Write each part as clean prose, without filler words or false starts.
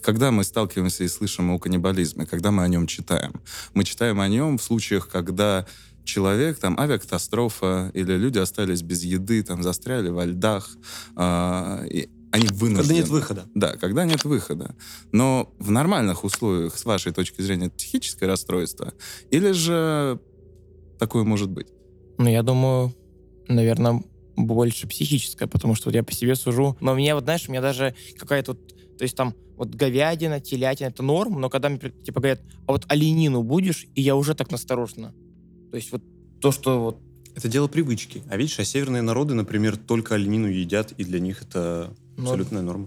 Когда мы сталкиваемся и слышим о каннибализме, когда мы о нем читаем? Мы читаем о нем в случаях, когда человек, там, авиакатастрофа, или люди остались без еды, там, застряли во льдах, и они вынуждены. Когда нет выхода. Да, когда нет выхода. Но в нормальных условиях, с вашей точки зрения, это психическое расстройство? Или же такое может быть? Ну, я думаю, наверное, больше психическое, потому что вот я по себе сужу. Но мне, вот, знаешь, у меня даже какая-то вот, то есть там вот говядина, телятина, это норм, но когда мне типа говорят, а вот оленину будешь, и я уже так настороженно. То есть вот то, что вот... Это дело привычки. А видишь, северные народы, например, только оленину едят, и для них это абсолютная норма.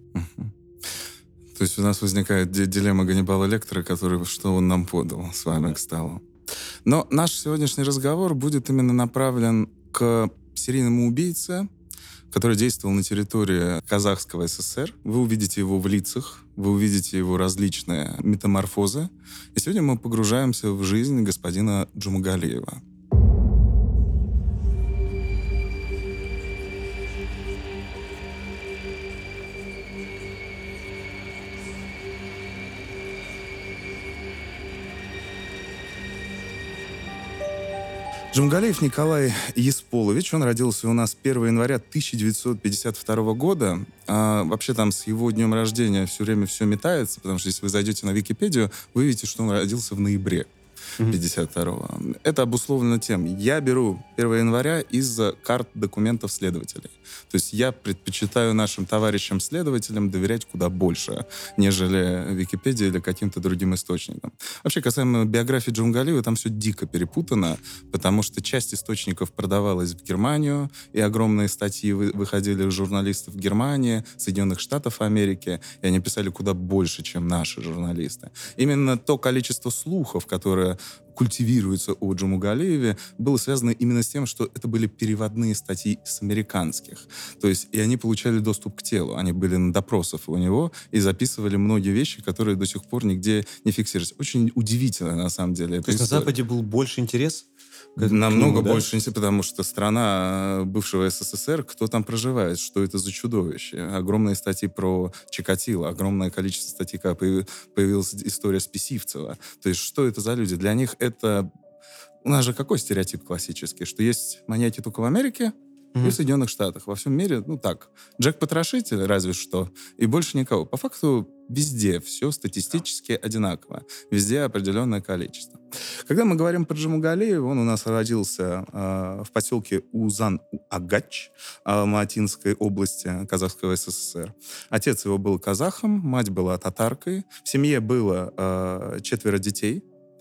То есть у нас возникает дилемма Ганнибала Лектора, который что он нам подал с вами к столу. Но наш сегодняшний разговор будет именно направлен к серийному убийце, который действовал на территории Казахского ССР. Вы увидите его в лицах, вы увидите его различные метаморфозы. И сегодня мы погружаемся в жизнь господина Джумагалиева. Джумагалиев Николай Есполович, он родился у нас 1 января 1952 года. Вообще там с его днем рождения все время все метается, потому что если вы зайдете на Википедию, вы увидите, что он родился в ноябре 52-го. Это обусловлено тем, я беру 1 января из карт документов следователей. То есть я предпочитаю нашим товарищам-следователям доверять куда больше, нежели Википедии или каким-то другим источникам. Вообще, касаемо биографии Джумагалиева, там все дико перепутано, потому что часть источников продавалась в Германию, и огромные статьи выходили у журналистов в Германии, Соединенных Штатов Америки, и они писали куда больше, чем наши журналисты. Именно то количество слухов, которое культивируется о Джумагалиеве, было связано именно с тем, что это были переводные статьи с американских. То есть, и они получали доступ к телу. Они были на допросах у него и записывали многие вещи, которые до сих пор нигде не фиксировались. Очень удивительно, на самом деле. То есть на Западе был больше интерес? Намного больше, потому что страна бывшего СССР, кто там проживает, что это за чудовище. Огромные статьи про Чикатило, огромное количество статей, когда появилась история Списивцева. То есть что это за люди? Для них это... У нас же какой стереотип классический? Что есть маньяки только в Америке и в Соединенных Штатах. Во всем мире, ну так, Джек-потрошитель разве что, и больше никого. По факту везде все статистически одинаково. Везде определенное количество. Когда мы говорим про Джумагалиева, он у нас родился в поселке Узан-Агач Алматинской области Казахского СССР. Отец его был казахом, мать была татаркой. В семье было 4 детей.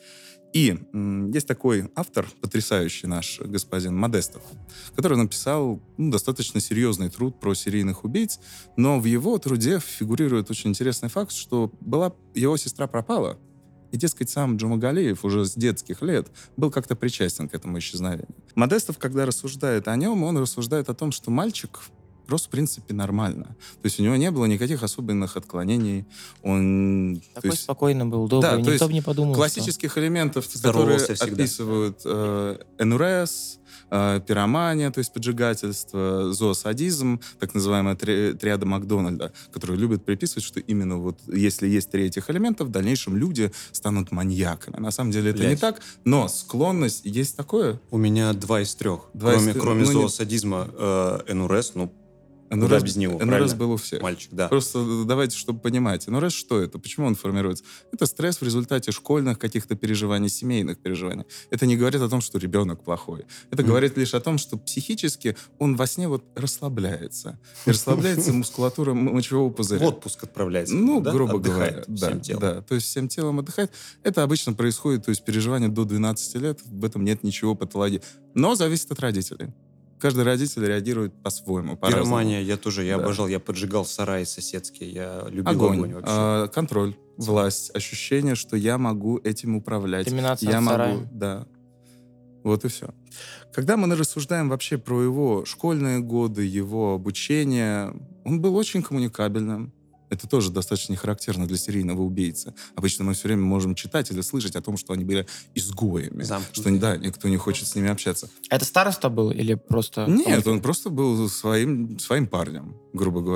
И есть такой автор, потрясающий наш господин Модестов, который написал достаточно серьезный труд про серийных убийц, но в его труде фигурирует очень интересный факт, что его сестра пропала, и, дескать, сам Джумагалиев уже с детских лет был как-то причастен к этому исчезновению. Модестов, когда рассуждает о нем, он рассуждает о том, что мальчик рос, в принципе, нормально. То есть у него не было никаких особенных отклонений. Он... Такой спокойный был, добрый, да, никто бы не подумал. Классических элементов, которые описывают энурез, пиромания, то есть поджигательство, зоосадизм, так называемая триада Макдональда, которую любят приписывать, что именно вот если есть 3 этих элементов, в дальнейшем люди станут маньяками. На самом деле это не так, но склонность есть такое. У меня 2 из 3. Кроме зоосадизма, энурез, куда без него, НРС был у всех. Мальчик, да. Просто давайте, чтобы понимать. НРС что это? Почему он формируется? Это стресс в результате школьных каких-то переживаний, семейных переживаний. Это не говорит о том, что ребенок плохой. Это говорит лишь о том, что психически он во сне вот расслабляется. И расслабляется мускулатура мочевого пузыря. В отпуск отправляется. Грубо говоря. Всем телом. Да, то есть всем телом отдыхает. Это обычно происходит, то есть переживание до 12 лет, в этом нет ничего патологии. Но зависит от родителей. Каждый родитель реагирует по-своему, по-разному. Пиромания, я обожал, я поджигал сараи соседские, я любил огонь вообще. Контроль, власть, ощущение, что я могу этим управлять. Доминация я над сараем. могу, да. Вот и все. Когда мы рассуждаем вообще про его школьные годы, его обучение, он был очень коммуникабельным. Это тоже достаточно не характерно для серийного убийцы. Обычно мы все время можем читать или слышать о том, что они были изгоями. Что никто не хочет с ними общаться. А это староста был или просто... Нет, он просто был своим парнем, грубо говоря.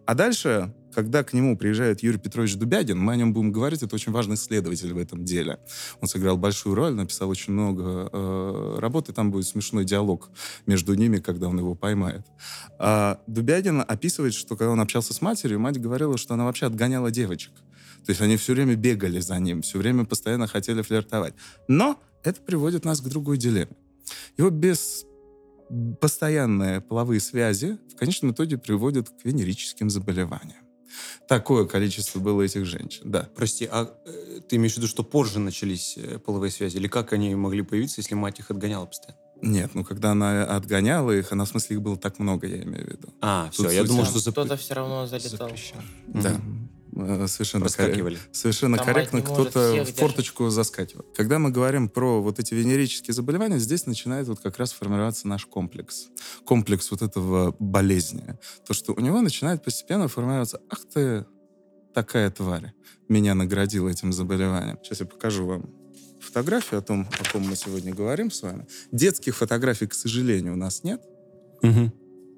А дальше, когда к нему приезжает Юрий Петрович Дубягин, мы о нем будем говорить, это очень важный исследователь в этом деле. Он сыграл большую роль, написал очень много работы, там будет смешной диалог между ними, когда он его поймает. А Дубягин описывает, что когда он общался с матерью, мать говорила, что она вообще отгоняла девочек. То есть они все время бегали за ним, все время постоянно хотели флиртовать. Но это приводит нас к другой дилемме. Его постоянные половые связи в конечном итоге приводят к венерическим заболеваниям. Такое количество было этих женщин, да. Прости, а ты имеешь в виду, что позже начались половые связи? Или как они могли появиться, если мать их отгоняла постоянно? Нет, когда она отгоняла их, в смысле их было так много, я имею в виду. Все, я думал, что кто-то все равно залетал. Да. Совершенно Там корректно, мать не может кто-то всех в форточку заскакивал. Когда мы говорим про вот эти венерические заболевания, здесь начинает вот как раз формироваться наш комплекс. Комплекс вот этого болезни. То, что у него начинает постепенно формироваться: ах ты, такая тварь, меня наградила этим заболеванием. Сейчас я покажу вам фотографию о том, о ком мы сегодня говорим с вами. Детских фотографий, к сожалению, у нас нет. Угу.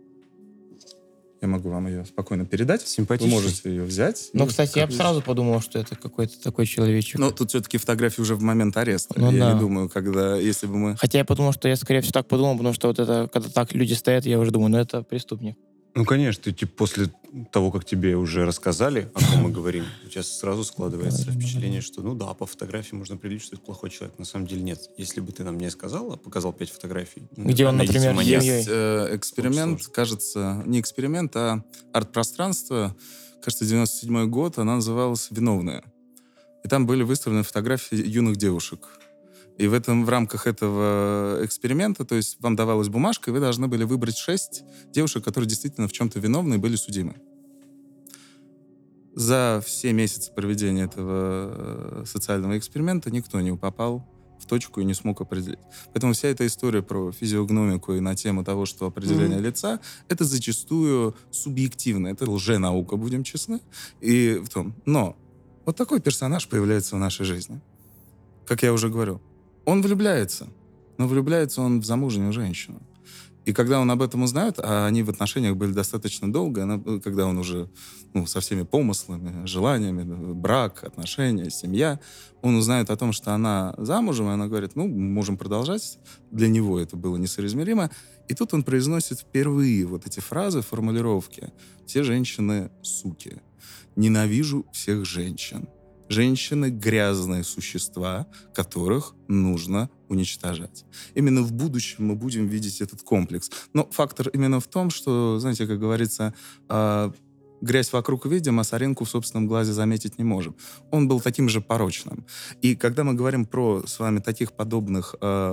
Я могу вам ее спокойно передать. Симпатично. Вы можете ее взять. Ну, кстати, я бы сразу подумал, что это какой-то такой человечек. Но тут все-таки фотографии уже в момент ареста. Ну, я да. не думаю, если бы мы... Хотя я подумал, что я, скорее всего, так подумал, потому что вот это, когда так люди стоят, я уже думаю, это преступник. Ну, конечно, ты после того, как тебе уже рассказали, о ком мы говорим, у тебя сразу складывается впечатление, что, по фотографии можно определить, что это плохой человек. На самом деле нет. Если бы ты нам не сказал, а показал 5 фотографий... Где он, например, маньяк. Есть эксперимент, кажется, не эксперимент, а арт-пространство. Кажется, 97-й год, она называлась «Виновная». И там были выставлены фотографии юных девушек. И в рамках этого эксперимента, то есть вам давалась бумажка, и вы должны были выбрать 6 девушек, которые действительно в чем-то виновны и были судимы. За все месяцы проведения этого социального эксперимента никто не попал в точку и не смог определить. Поэтому вся эта история про физиогномику и на тему того, что определение лица, это зачастую субъективно. Это лженаука, будем честны. Но вот такой персонаж появляется в нашей жизни. Как я уже говорил, он влюбляется, но влюбляется он в замужнюю женщину. И когда он об этом узнает, а они в отношениях были достаточно долго, когда он уже со всеми помыслами, желаниями, брак, отношения, семья, он узнает о том, что она замужем, и она говорит, можем продолжать. Для него это было несоизмеримо. И тут он произносит впервые вот эти фразы, формулировки. «Все женщины — суки. Ненавижу всех женщин. Женщины — грязные существа, которых нужно уничтожать». Именно в будущем мы будем видеть этот комплекс. Но фактор именно в том, что, знаете, как говорится, грязь вокруг видим, а соринку в собственном глазе заметить не можем. Он был таким же порочным. И когда мы говорим про с вами таких подобных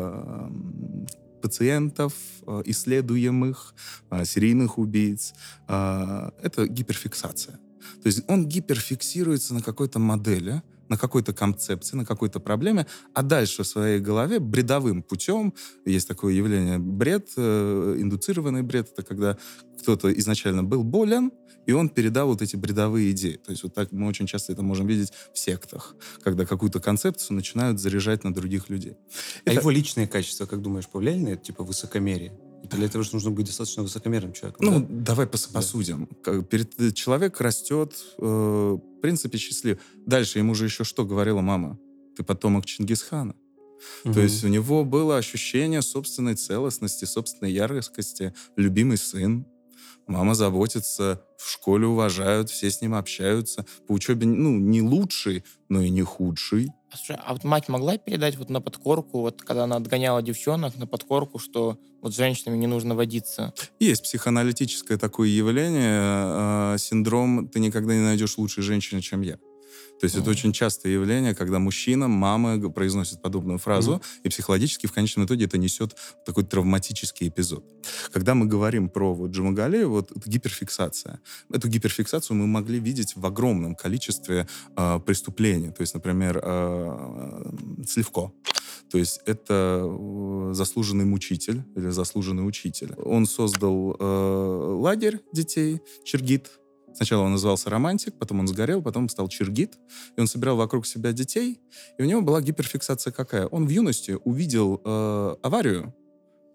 пациентов, исследуемых, серийных убийц, это гиперфиксация. То есть он гиперфиксируется на какой-то модели, на какой-то концепции, на какой-то проблеме, а дальше в своей голове бредовым путем, есть такое явление бред, индуцированный бред, это когда кто-то изначально был болен, и он передал вот эти бредовые идеи. То есть вот так мы очень часто это можем видеть в сектах, когда какую-то концепцию начинают заряжать на других людей. А его личные качества, как думаешь, повлияли на это, типа высокомерие? Для этого же нужно быть достаточно высокомерным человеком. Давай посудим. Человек растет, в принципе, счастлив. Дальше ему же еще что говорила мама? Ты потомок Чингисхана. То есть у него было ощущение собственной целостности, собственной яркости, любимый сын. Мама заботится, в школе уважают, все с ним общаются. По учебе, не лучший, но и не худший. Слушай, а вот мать могла передать вот на подкорку, вот когда она отгоняла девчонок на подкорку, что вот с женщинами не нужно водиться? Есть психоаналитическое такое явление, синдром «ты никогда не найдешь лучшей женщины, чем я». То есть это очень частое явление, когда мужчина, мама произносит подобную фразу, и психологически в конечном итоге это несет такой травматический эпизод. Когда мы говорим про Джумагали, это гиперфиксация. Эту гиперфиксацию мы могли видеть в огромном количестве преступлений. То есть, например, Сливко. То есть это заслуженный мучитель или заслуженный учитель. Он создал лагерь детей, Чиргит. Сначала он назывался «Романтик», потом он сгорел, потом стал «Чиргит». И он собирал вокруг себя детей. И у него была гиперфиксация какая? Он в юности увидел аварию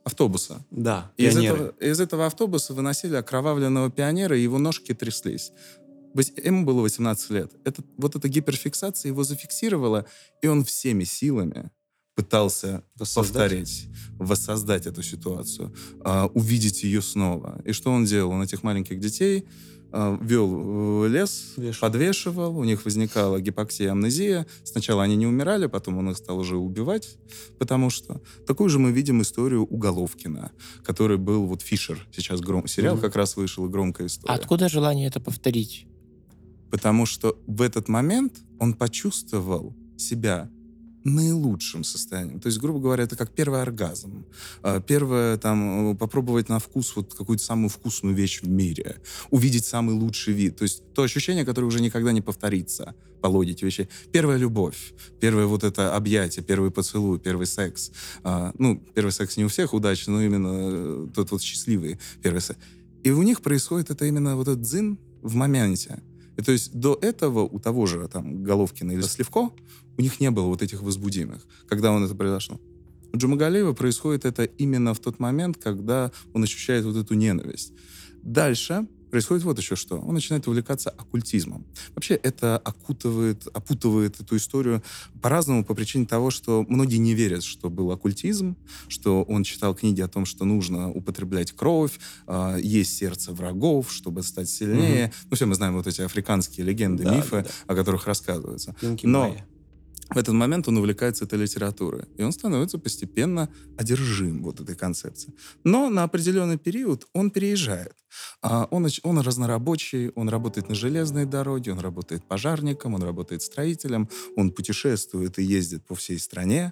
автобуса. Да, И пионеры. из этого автобуса выносили окровавленного пионера, и его ножки тряслись. Ему было 18 лет. Вот эта гиперфиксация его зафиксировала, и он всеми силами пытался воссоздать эту ситуацию, увидеть ее снова. И что он делал? Он этих маленьких детей вел в лес, подвешивал, у них возникала гипоксия, амнезия. Сначала они не умирали, потом он их стал уже убивать, потому что... Такую же мы видим историю у Головкина, который был вот «Фишер». Сейчас сериал как раз вышел, и громкая история. Откуда желание это повторить? Потому что в этот момент он почувствовал себя наилучшим состоянием. То есть, грубо говоря, это как первый оргазм. Первое, попробовать на вкус вот какую-то самую вкусную вещь в мире. Увидеть самый лучший вид. То есть то ощущение, которое уже никогда не повторится по логике вещей. Первая любовь. Первое вот это объятие, первый поцелуй, первый секс. Первый секс не у всех удачный, но именно тот вот счастливый первый секс. И у них происходит это именно вот этот дзин в моменте. И то есть до этого у того же Головкина или Сливко у них не было вот этих возбудимых, когда он это произошло. У Джумагалиева происходит это именно в тот момент, когда он ощущает вот эту ненависть. Дальше происходит вот еще что. Он начинает увлекаться оккультизмом. Вообще это опутывает эту историю по-разному по причине того, что многие не верят, что был оккультизм, что он читал книги о том, что нужно употреблять кровь, есть сердце врагов, чтобы стать сильнее. Все мы знаем вот эти африканские легенды, мифы, о которых рассказывается. Но в этот момент он увлекается этой литературой, и он становится постепенно одержим вот этой концепцией. Но на определенный период он переезжает. Он разнорабочий, он работает на железной дороге, он работает пожарником, он работает строителем, он путешествует и ездит по всей стране.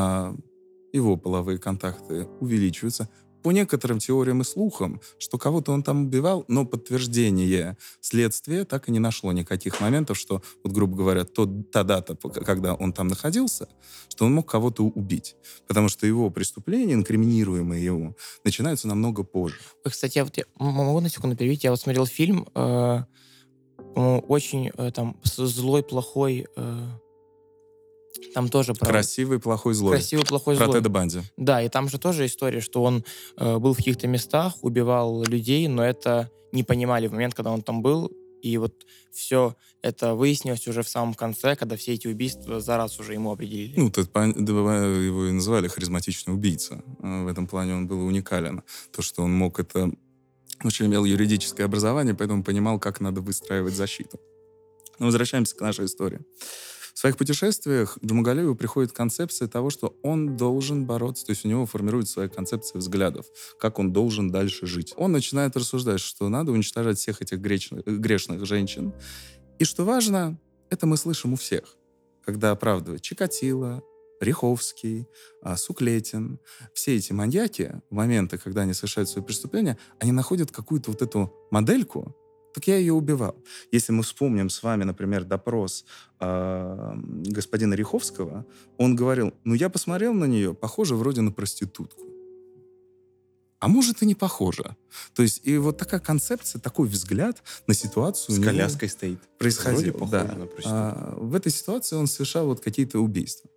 Его половые контакты увеличиваются. По некоторым теориям и слухам, что кого-то он там убивал, но подтверждение следствия так и не нашло никаких моментов, что, вот, грубо говоря, та дата, когда он там находился, что он мог кого-то убить. Потому что его преступления, инкриминируемые ему, начинаются намного позже. Кстати, я могу на секунду перебить? Я вот смотрел фильм, очень злой, плохой... Там тоже про... Красивый, плохой, злой. Красивый, плохой, про злой. Теда Банди. Да, и там же тоже история, что он был в каких-то местах, убивал людей, но это не понимали в момент, когда он там был. И вот все это выяснилось уже в самом конце, когда все эти убийства за раз уже ему определили. Тед Банди, его и называли харизматичный убийца. В этом плане он был уникален. То, что он мог это... Он еще имел юридическое образование, поэтому понимал, как надо выстраивать защиту. Но возвращаемся к нашей истории. В своих путешествиях Джумагалиеву приходит концепция того, что он должен бороться, то есть у него формируется своя концепция взглядов, как он должен дальше жить. Он начинает рассуждать, что надо уничтожать всех этих грешных женщин. И что важно, это мы слышим у всех, когда оправдывает Чикатило, Ряховский, Суклетин. Все эти маньяки, в моменты, когда они совершают свои преступления, они находят какую-то вот эту модельку, так я ее убивал. Если мы вспомним с вами, например, допрос господина Ряховского, он говорил, я посмотрел на нее, похоже вроде на проститутку. А может и не похоже. То есть и вот такая концепция, такой взгляд на ситуацию... С коляской стоит. Происходил, вроде похоже на проститутку. В этой ситуации он совершал вот какие-то убийства.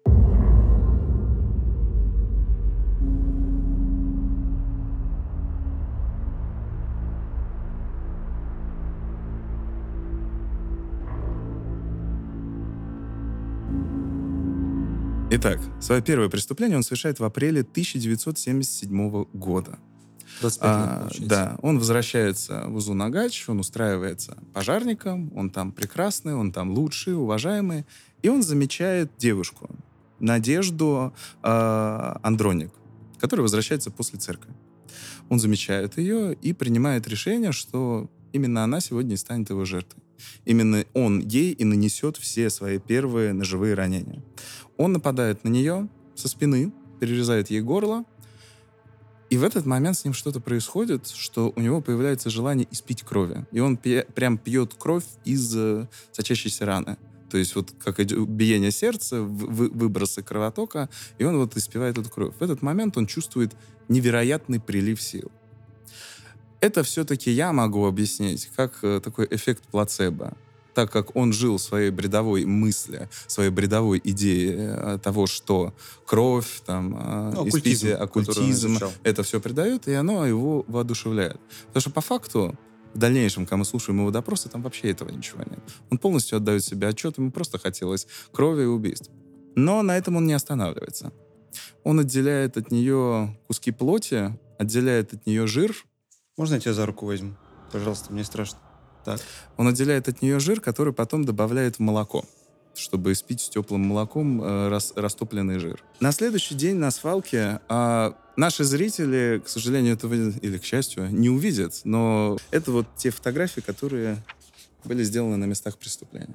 Итак, свое первое преступление он совершает в апреле 1977 года. 25 лет, получается. Да, он возвращается в Узунагач, он устраивается пожарником, он там прекрасный, он там лучший, уважаемый, и он замечает девушку, Надежду Андроник, которая возвращается после церкви. Он замечает ее и принимает решение, что именно она сегодня и станет его жертвой. Именно он ей и нанесет все свои первые ножевые ранения. Он нападает на нее со спины, перерезает ей горло, и в этот момент с ним что-то происходит, что у него появляется желание испить крови. И он прям пьет кровь из сочащейся раны. То есть вот как биение сердца, выбросы кровотока, и он вот испивает эту кровь. В этот момент он чувствует невероятный прилив сил. Это все-таки я могу объяснить как такой эффект плацебо. так как он жил своей бредовой мысли, своей бредовой идеей того, что кровь, там, испитие, оккультизм, это все придает, и оно его воодушевляет. Потому что по факту в дальнейшем, когда мы слушаем его допросы, там вообще этого ничего нет. Он полностью отдает себе отчет, ему просто хотелось крови и убийств. Но на этом он не останавливается. Он отделяет от нее куски плоти, отделяет от нее жир. Можно я тебя за руку возьму? Пожалуйста, мне страшно. Так. Он отделяет от нее жир, который потом добавляет в молоко, чтобы испить с теплым молоком растопленный жир. На следующий день на свалке наши зрители, к сожалению, этого или к счастью, не увидят, но это вот те фотографии, которые были сделаны на местах преступления.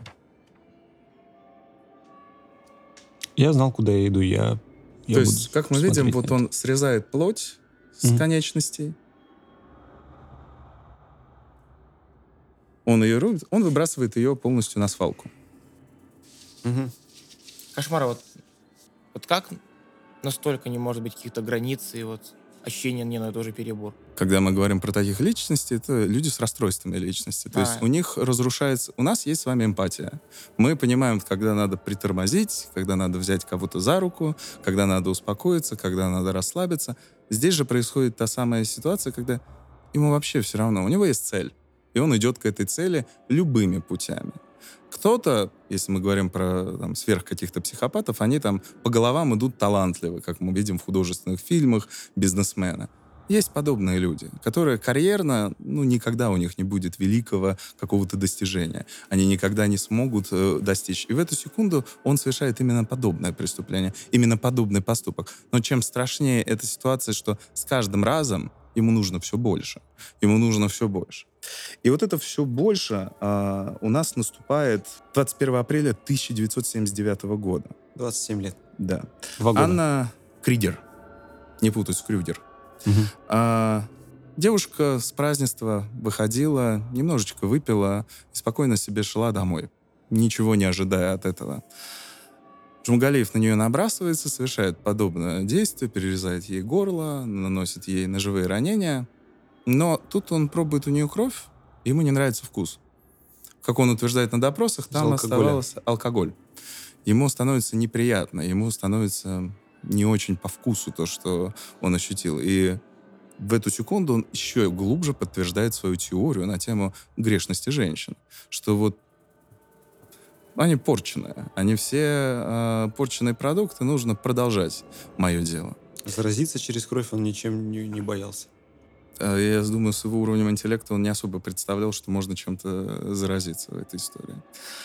Я знал, куда я иду. То есть, как мы видим, вот он срезает плоть с конечностей, он ее рубит, он выбрасывает ее полностью на свалку. Кошмар, вот как настолько не может быть каких-то границ и вот ощущение, не, ну это уже перебор. Когда мы говорим про таких личностей, это люди с расстройствами личности. То есть у них разрушается... У нас есть с вами эмпатия. Мы понимаем, когда надо притормозить, когда надо взять кого-то за руку, когда надо успокоиться, когда надо расслабиться. Здесь же происходит та самая ситуация, когда ему вообще все равно. У него есть цель, и он идет к этой цели любыми путями. Кто-то, если мы говорим про сверх каких-то психопатов, они там по головам идут талантливы, как мы видим в художественных фильмах, бизнесмены. Есть подобные люди, которые карьерно, никогда у них не будет великого какого-то достижения. Они никогда не смогут достичь. И в эту секунду он совершает именно подобное преступление, именно подобный поступок. Но чем страшнее эта ситуация, что с каждым разом ему нужно все больше. Ему нужно все больше. И вот это все больше у нас наступает 21 апреля 1979 года. 27 лет. Да. 2 года. Анна Кригер. Не путать с Крюгер. Девушка с празднества выходила, немножечко выпила и спокойно себе шла домой, ничего не ожидая от этого. Джумгалиев на нее набрасывается, совершает подобное действие, перерезает ей горло, наносит ей ножевые ранения. Но тут он пробует у нее кровь, и ему не нравится вкус. Как он утверждает на допросах, там оставался алкоголь. Ему становится неприятно, ему становится не очень по вкусу то, что он ощутил. И в эту секунду он еще глубже подтверждает свою теорию на тему грешности женщин. Что вот они порченые. Они все порченые продукты, нужно продолжать мое дело. Заразиться через кровь он ничем не боялся. Я думаю, с его уровнем интеллекта он не особо представлял, что можно чем-то заразиться в этой истории.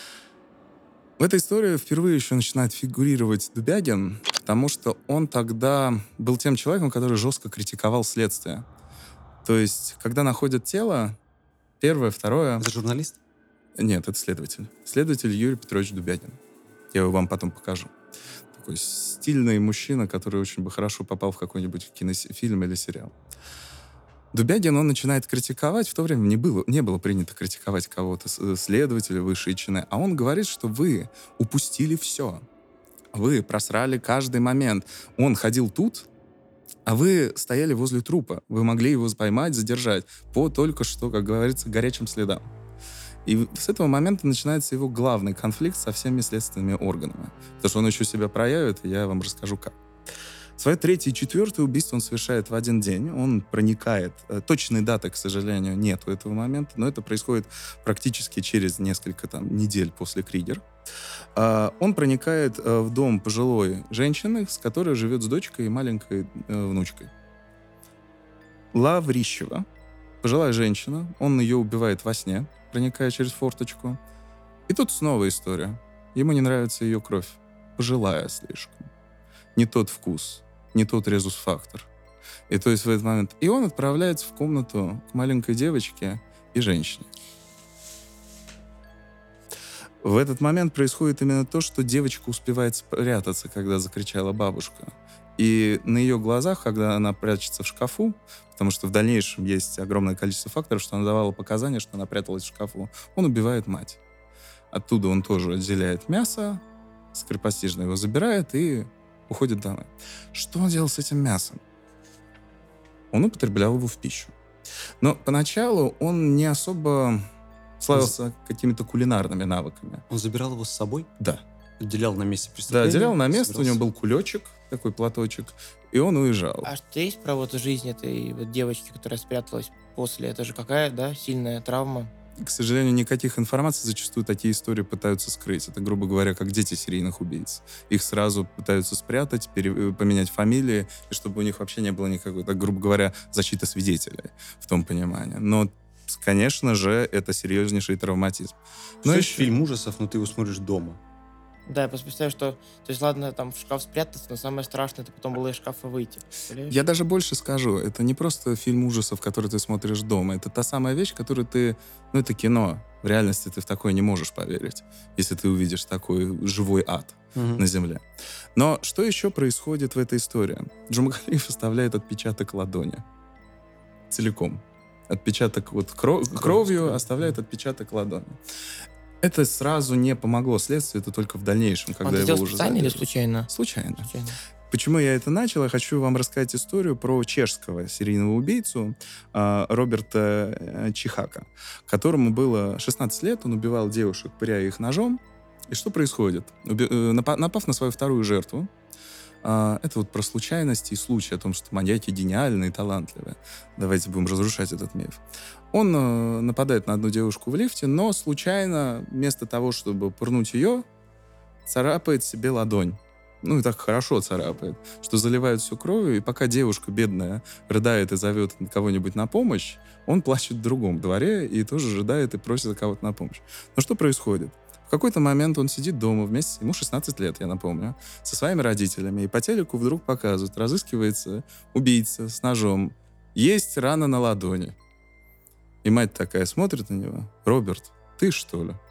В этой истории впервые еще начинает фигурировать Дубягин, потому что он тогда был тем человеком, который жестко критиковал следствие. То есть, когда находят тело, первое, второе... Это журналист? Нет, это следователь. Следователь Юрий Петрович Дубягин. Я его вам потом покажу. Такой стильный мужчина, который очень бы хорошо попал в какой-нибудь кинофильм или сериал. Дубягин, он начинает критиковать. В то время не было принято критиковать кого-то, следователя, высшие чины. А он говорит, что вы упустили все. Вы просрали каждый момент. Он ходил тут, а вы стояли возле трупа. Вы могли его поймать, задержать по только что, как говорится, горячим следам. И с этого момента начинается его главный конфликт со всеми следственными органами. Потому что он еще себя проявит, и я вам расскажу, как. Свое третье и четвертое убийство он совершает в один день. Он проникает. Точной даты, к сожалению, нет у этого момента, но это происходит практически через несколько недель после Кригер. Он проникает в дом пожилой женщины, с которой живет с дочкой и маленькой внучкой. Лаврищева. Пожилая женщина. Он ее убивает во сне, проникая через форточку. И тут снова история. Ему не нравится ее кровь. Пожилая слишком. Не тот вкус, не тот резус-фактор. И то есть в этот момент... И он отправляется в комнату к маленькой девочке и женщине. В этот момент происходит именно то, что девочка успевает спрятаться, когда закричала бабушка. И на ее глазах, когда она прячется в шкафу, потому что в дальнейшем есть огромное количество факторов, что она давала показания, что она пряталась в шкафу, он убивает мать. Оттуда он тоже отделяет мясо, скоропостижно его забирает и уходит домой. Что он делал с этим мясом? Он употреблял его в пищу. Но поначалу он не особо Славился какими-то кулинарными навыками. Он забирал его с собой? Да. Отделял на месте Да, преступления? отделял на место, у собирался? него был кулечек, такой платочек, и он уезжал. А что есть про вот жизнь этой вот девочки, которая спряталась после? Это же какая, да, сильная травма? К сожалению, никаких информаций зачастую такие истории пытаются скрыть. Это, грубо говоря, как дети серийных убийц. Их сразу пытаются спрятать, поменять фамилии, и чтобы у них вообще не было никакой, так, грубо говоря, защиты свидетелей в том понимании. Но, конечно же, это серьезнейший травматизм. Но Знаешь, еще... фильм ужасов, но ты его смотришь дома. Да, я просто представляю, что... То есть, ладно, там в шкаф спрятаться, но самое страшное, это потом было из шкафа выйти. Представляешь? Я даже больше скажу, это не просто фильм ужасов, который ты смотришь дома, это та самая вещь, которую ты... Ну, это кино. В реальности ты в такое не можешь поверить, если ты увидишь такой живой ад на земле. Но что еще происходит в этой истории? Джумагалиев оставляет отпечаток ладони. Целиком. Отпечаток вот кровью оставляет отпечаток ладони. Это сразу не помогло следствию, это только в дальнейшем, когда Он это его сделал уже специально или задержали. случайно? Случайно. Случайно. Почему я это начал? Я хочу вам рассказать историю про чешского серийного убийцу Роберта Чихака, которому было 16 лет, он убивал девушек, пыряя их ножом. И что происходит? Напав на свою вторую жертву, это вот про случайности и случай о том, что маньяки гениальные и талантливые. Давайте будем разрушать этот миф. Он нападает на одну девушку в лифте, но случайно, вместо того, чтобы пырнуть ее, царапает себе ладонь. Ну и так хорошо царапает, что заливает всю кровью, и пока девушка бедная рыдает и зовет кого-нибудь на помощь, он плачет в другом дворе и тоже рыдает и просит кого-то на помощь. Но что происходит? В какой-то момент он сидит дома вместе, ему 16 лет, я напомню, со своими родителями, и по телеку вдруг показывают, разыскивается убийца с ножом, есть рана на ладони. И мать такая смотрит на него: «Роберт, ты что ли?»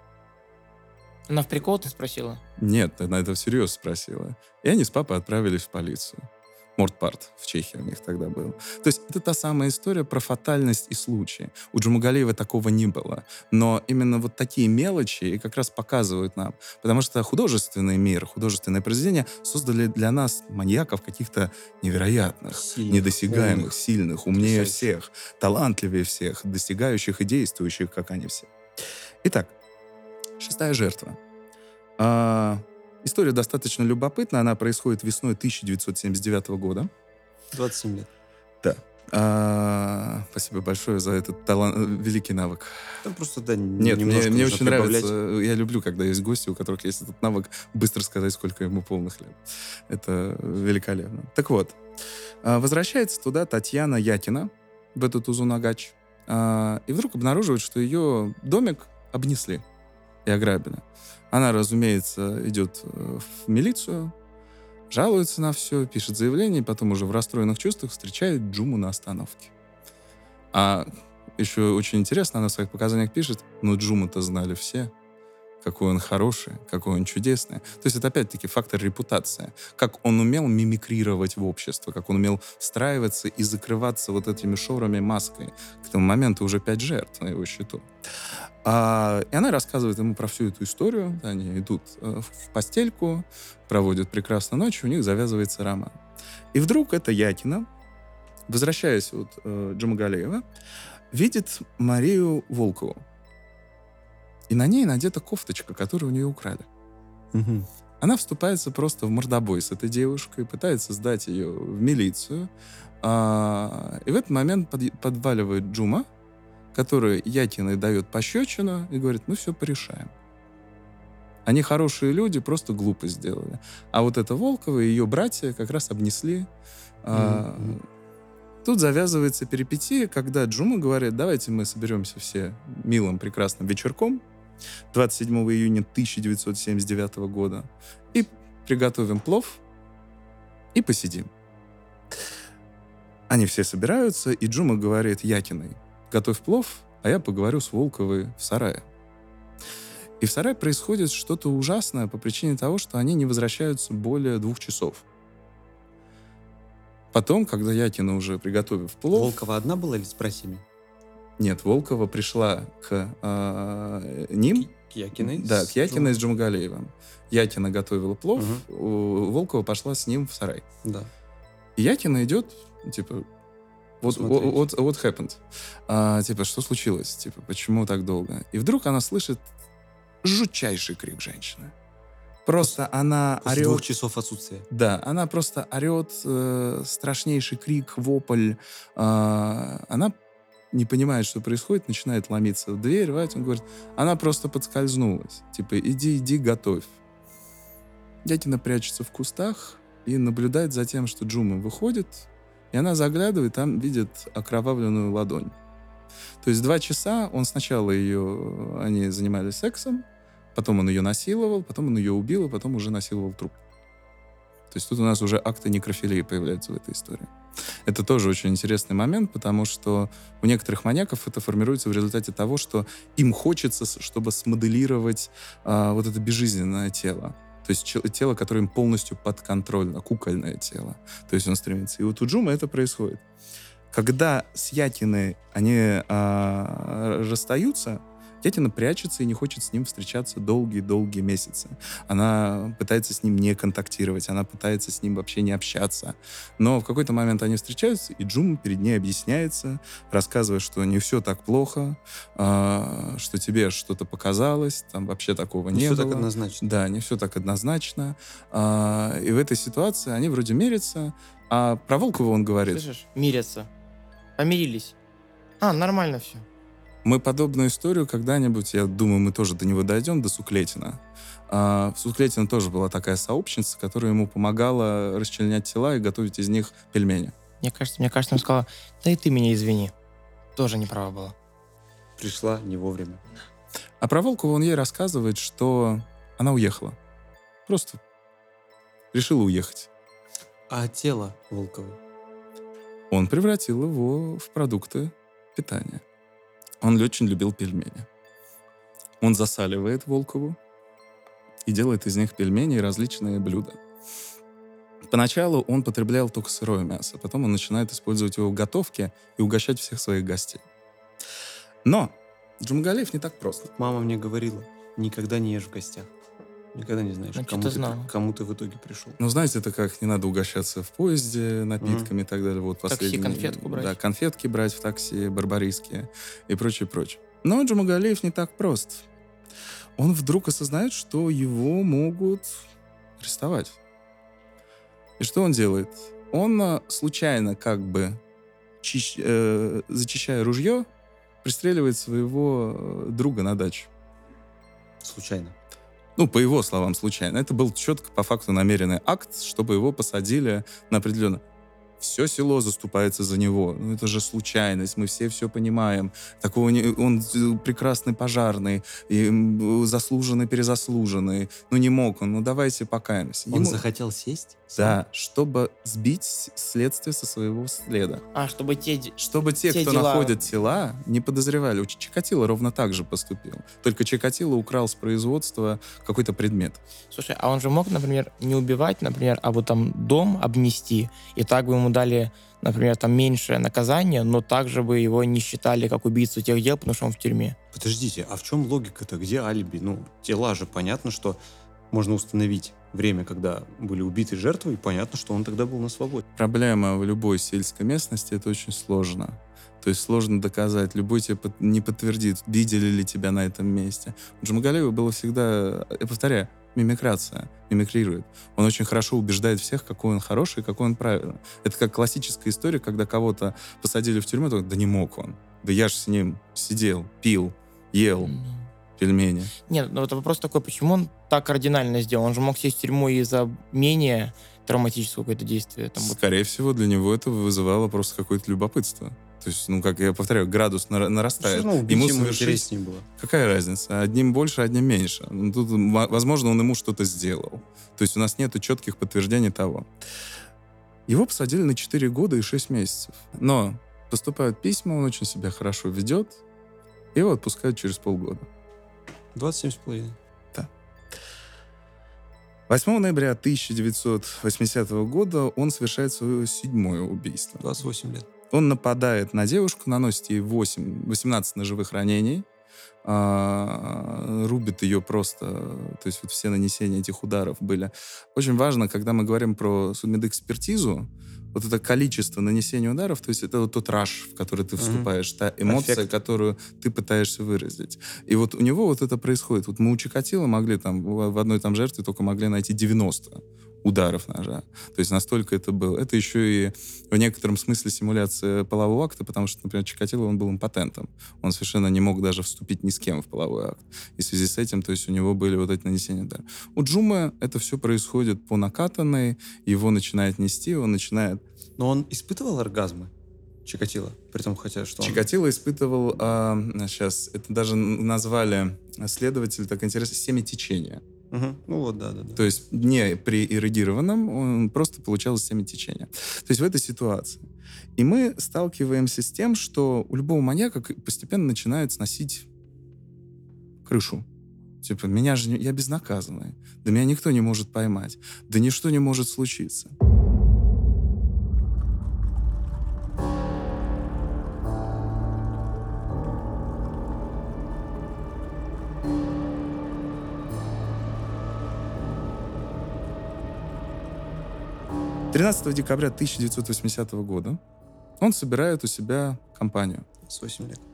Она в прикол ты спросила? Нет, она это всерьез спросила. И они с папой отправились в полицию. Мордпарт в Чехии у них тогда был. То есть это та самая история про фатальность и случай. У Джумагалиева такого не было. Но именно вот такие мелочи и как раз показывают нам. Потому что художественный мир, художественное произведение создали для нас маньяков каких-то невероятных, Сильных, недосягаемых, умных, сильных, умнее потрясающих. всех, талантливее всех, достигающих и действующих, как они все. Итак, 6-я жертва. История достаточно любопытна. Она происходит весной 1979 года. 27 лет. Да. Спасибо большое за этот великий навык. Там просто, да, Нет, немножко мне нужно очень прибавлять. нравится. Я люблю, когда есть гости, у которых есть этот навык, быстро сказать, сколько ему полных лет. Это великолепно. Так вот, возвращается туда Татьяна Якина, в этот Узунагач, и вдруг обнаруживает, что ее домик обнесли и ограбили. Она, разумеется, идет в милицию, жалуется на все, пишет заявление, и потом уже в расстроенных чувствах встречает Джуму на остановке. А еще очень интересно, она в своих показаниях пишет: «Ну, Джуму-то знали все, какой он хороший, какой он чудесный». То есть это опять-таки фактор репутации. Как он умел мимикрировать в общество, как он умел встраиваться и закрываться вот этими шорами, маской. К тому моменту уже 5 жертв на его счету. И она рассказывает ему про всю эту историю. Они идут в постельку, проводят прекрасную ночь, у них завязывается роман. И вдруг эта Якина, возвращаясь от Джумагалиева, видит Марию Волкову. И на ней надета кофточка, которую у нее украли. Мгм. Она вступается просто в мордобой с этой девушкой, пытается сдать ее в милицию. И в этот момент подваливает Джума, который Якиной дает пощечину и говорит: «Мы все порешаем». Они хорошие люди, просто глупость сделали. А вот эта Волкова и ее братья как раз обнесли. Тут завязывается перипетия, когда Джума говорит: «Давайте мы соберемся все милым, прекрасным вечерком 27 июня 1979 года и приготовим плов и посидим». Они все собираются, и Джума говорит Якиной: «Готовь плов, а я поговорю с Волковой в сарае». И в сарае происходит что-то ужасное по причине того, что они не возвращаются более 2 часов. Потом, когда Якина уже приготовив плов... Волкова одна была или с братьями? Нет, Волкова пришла к ним. К Якиной? Да, к Якиной с Джумагалиевым. Якина готовила плов, Мгм. Волкова пошла с ним в сарай. Да. И Якина идет, типа, посмотреть. What happened? Типа, что случилось? Типа, почему так долго? И вдруг она слышит жутчайший крик женщины. Просто она После 2 орет. часов отсутствия. Да, она просто орет, страшнейший крик, вопль. Она не понимает, что происходит, начинает ломиться в дверь. Он говорит, она просто подскользнулась. Типа, иди, готовь. Дятина прячется в кустах и наблюдает за тем, что Джума выходит, и она заглядывает, там видит окровавленную ладонь. То есть 2 часа они занимались сексом, потом он ее насиловал, потом он ее убил, и потом уже насиловал труп. То есть тут у нас уже акты некрофилии появляются в этой истории. Это тоже очень интересный момент, потому что у некоторых маньяков это формируется в результате того, что им хочется, чтобы смоделировать вот это безжизненное тело. То есть тело, которое им полностью подконтрольно, кукольное тело. То есть он стремится. И вот у Джума это происходит. Когда с Ятиной они расстаются, Ятина прячется и не хочет с ним встречаться долгие-долгие месяцы. Она пытается с ним не контактировать, она пытается с ним вообще не общаться. Но в какой-то момент они встречаются, и Джум перед ней объясняется, рассказывая, что не все так плохо, что тебе что-то показалось, там вообще такого не было. Не все так однозначно. Да, не все так однозначно. И в этой ситуации они вроде мирятся, а про Волкова он говорит... Слышишь? Мирятся. Помирились. Нормально все. Мы подобную историю когда-нибудь, я думаю, мы тоже до него дойдем, до Суклетина. Суклетина тоже была такая сообщница, которая ему помогала расчленять тела и готовить из них пельмени. Мне кажется, он сказала, да и ты меня извини. Тоже не права была. Пришла не вовремя. А про Волкова он ей рассказывает, что она уехала. Просто решила уехать. А тело Волковой? Он превратил его в продукты питания. Он очень любил пельмени. Он засаливает Волкову и делает из них пельмени и различные блюда. Поначалу он потреблял только сырое мясо, потом он начинает использовать его в готовке и угощать всех своих гостей. Но Джумгалиев не так прост. Мама мне говорила, никогда не ешь в гостях. Никогда не знаешь, кому ты в итоге пришел. Ну, знаете, это как не надо угощаться в поезде напитками и так далее. Вот такси конфетку брать. Да, конфетки брать в такси, барбарисские и прочее. Но Джумгалиев не так прост. Он вдруг осознает, что его могут арестовать. И что он делает? Он случайно, зачищая ружье, пристреливает своего друга на даче. Случайно. Ну, по его словам, случайно. Это был четко, по факту, намеренный акт, чтобы его посадили на определенно. Все село заступается за него. Ну, это же случайность, мы все понимаем. Такого он прекрасный пожарный, и заслуженный, перезаслуженный. Ну, не мог он, давайте покаемся. Он захотел сесть? Да, чтобы сбить следствие со своего следа. Чтобы те, кто дела... находят тела, не подозревали. Чикатило ровно так же поступил. Только Чикатило украл с производства какой-то предмет. Слушай, а он же мог, например, не убивать, например, а вот там дом обнести, и так бы ему дали, например, там меньшее наказание, но также бы его не считали как убийцу тех дел, потому что он в тюрьме. Подождите, а в чем логика-то? Где алиби? Тела же понятно, что можно установить время, когда были убиты жертвы, и понятно, что он тогда был на свободе. Проблема в любой сельской местности — это очень сложно. То есть сложно доказать. Любой тебе не подтвердит, видели ли тебя на этом месте. У Джумгалиева было всегда, я повторяю, мимикрирует. Он очень хорошо убеждает всех, какой он хороший и какой он правильный. Это как классическая история, когда кого-то посадили в тюрьму, да не мог он. Да я же с ним сидел, пил, ел пельмени. Нет, это вопрос такой, почему он так кардинально сделал? Он же мог сесть в тюрьму из-за менее травматического какое-то действия. Скорее всего, для него это вызывало просто какое-то любопытство. То есть, как я повторяю, градус нарастает. Ему интереснее было. Какая разница? Одним больше, одним меньше. Тут, возможно, он ему что-то сделал. То есть у нас нет четких подтверждений того. Его посадили на 4 года и 6 месяцев. Но поступают письма, он очень себя хорошо ведет, и его отпускают через полгода. 27,5. Да. 8 ноября 1980 года он совершает свое 7-е убийство. 28 лет. Он нападает на девушку, наносит ей 18 ножевых ранений, рубит ее просто. То есть все нанесения этих ударов были. Очень важно, когда мы говорим про судмедэкспертизу, вот это количество нанесения ударов, то есть это вот тот раш, в который ты вступаешь, та эмоция, Эффект. которую ты пытаешься выразить. И вот у него вот это происходит. Вот мы у Чикатило могли там в одной там жертве только могли найти 90 ударов ножа. То есть настолько это было. Это еще и в некотором смысле симуляция полового акта, потому что, например, Чикатило, он был импотентом. Он совершенно не мог даже вступить ни с кем в половой акт. И в связи с этим, то есть у него были вот эти нанесения ударов. У Джумы это все происходит по накатанной, его начинает нести, он начинает... Но он испытывал оргазмы? Чикатило? При том, хотя что он... Чикатило испытывал, сейчас, это даже назвали следователи, так интересно, семятечение. Мгм. Ну вот, да. То есть не при эрегированном, он просто получал семятечение. То есть в этой ситуации. И мы сталкиваемся с тем, что у любого маньяка постепенно начинает сносить крышу. Типа, я безнаказанный. Да меня никто не может поймать. Да ничто не может случиться. — 13 декабря 1980 года он собирает у себя компанию, С 8 лет.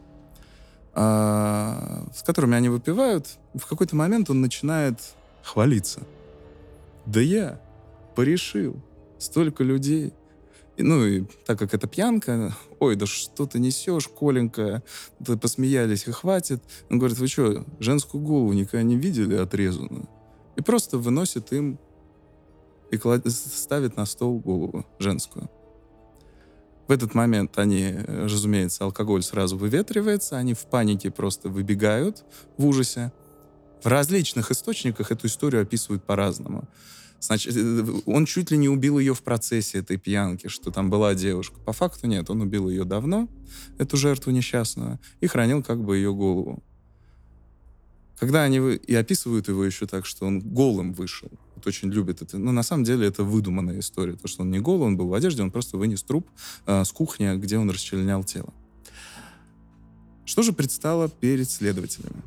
с которыми они выпивают. В какой-то момент он начинает хвалиться. Да я порешил столько людей. И так как это пьянка, ой, да что ты несешь, Коленька, да посмеялись и хватит. Он говорит, вы что, женскую голову никогда не видели отрезанную? И просто выносит им и ставит на стол голову женскую. В этот момент они, разумеется, алкоголь сразу выветривается, они в панике просто выбегают в ужасе. В различных источниках эту историю описывают по-разному. Значит, он чуть ли не убил ее в процессе этой пьянки, что там была девушка. По факту нет, он убил ее давно, эту жертву несчастную, и хранил как бы ее голову. Когда они и описывают его еще так, что он голым вышел. Вот очень любят это. Но на самом деле это выдуманная история. То, что он не голый, он был в одежде, он просто вынес труп с кухни, где он расчленял тело. Что же предстало перед следователями?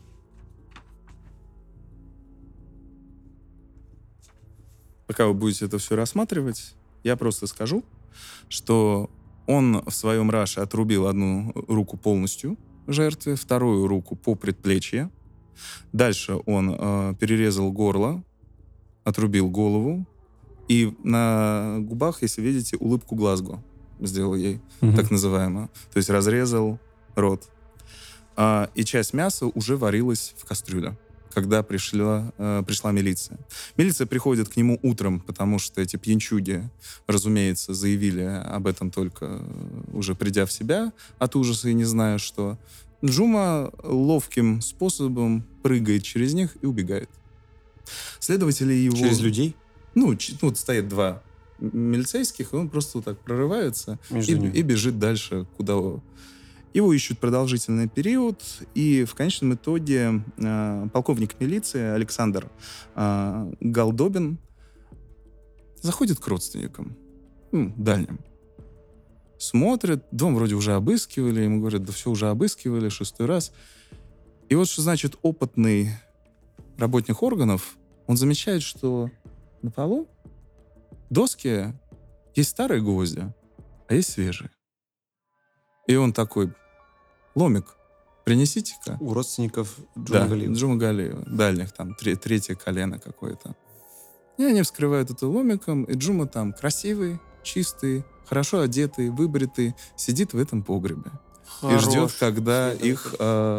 Пока вы будете это все рассматривать, я просто скажу, что он в своем раше отрубил одну руку полностью жертве, вторую руку по предплечье. Дальше он перерезал горло, отрубил голову, и на губах, если видите, улыбку Глазго сделал ей, так называемую. То есть разрезал рот. И часть мяса уже варилась в кастрюле, когда пришла милиция. Милиция приходит к нему утром, потому что эти пьянчуги, разумеется, заявили об этом только уже придя в себя от ужаса и не зная, что. Джума ловким способом прыгает через них и убегает. Следователи его... Через людей? Вот стоят два милицейских, и он просто вот так прорывается и бежит дальше, куда... Его ищут продолжительный период, и в конечном итоге полковник милиции Александр Голдобин заходит к родственникам, дальним. Смотрят, дом вроде уже обыскивали, ему говорят, да все уже обыскивали, 6-й раз. И вот что значит опытный работник органов, он замечает, что на полу доски есть старые гвозди, а есть свежие. И он такой, ломик, принесите-ка. У родственников Джумагалиева. Да, Джумагалиева, дальних, там, третье колено какое-то. И они вскрывают это ломиком, и Джума там красивый, чистый, хорошо одетый, выбритый, сидит в этом погребе. И ждет, когда их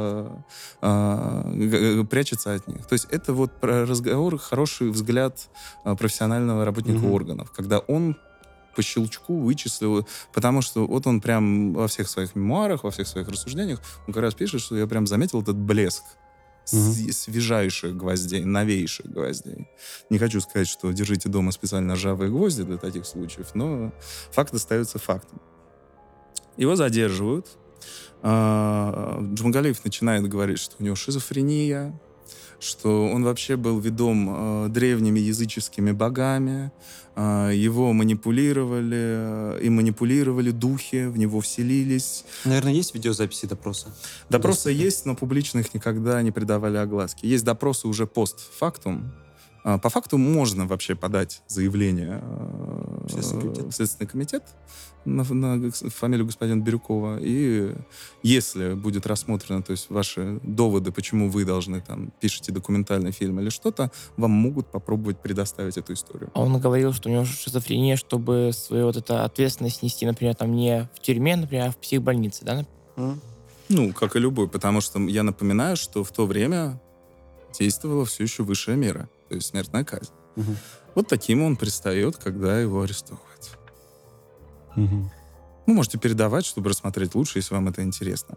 прячется от них. То есть это вот про разговор, хороший взгляд профессионального работника органов, когда он по щелчку вычислил, потому что вот он прям во всех своих мемуарах, во всех своих рассуждениях, он как раз пишет, что я прям заметил этот блеск свежайших гвоздей, новейших гвоздей. Не хочу сказать, что держите дома специально ржавые гвозди для таких случаев, но факт остается фактом. Его задерживают. Джумагалиев начинает говорить, что у него шизофрения, что он вообще был ведом древними языческими богами, его манипулировали духи, в него вселились. Наверное, есть видеозаписи допроса? Допросы есть, но публично их никогда не придавали огласке. Есть допросы уже постфактум. По факту можно вообще подать заявление Следственный Следственный комитет на фамилию господина Бирюкова. И если будет рассмотрено, то есть ваши доводы, почему вы должны там пишете документальный фильм или что-то, вам могут попробовать предоставить эту историю. А он говорил, что у него шизофрения, чтобы свою вот эту ответственность нести, например, там не в тюрьме, например, а в психбольнице, да? Ну, как и любой, потому что я напоминаю, что в то время действовала все еще высшая мера, то есть смертная казнь. Мгм. Вот таким он предстает, когда его арестовывают. Мгм. Вы можете передавать, чтобы рассмотреть лучше, если вам это интересно.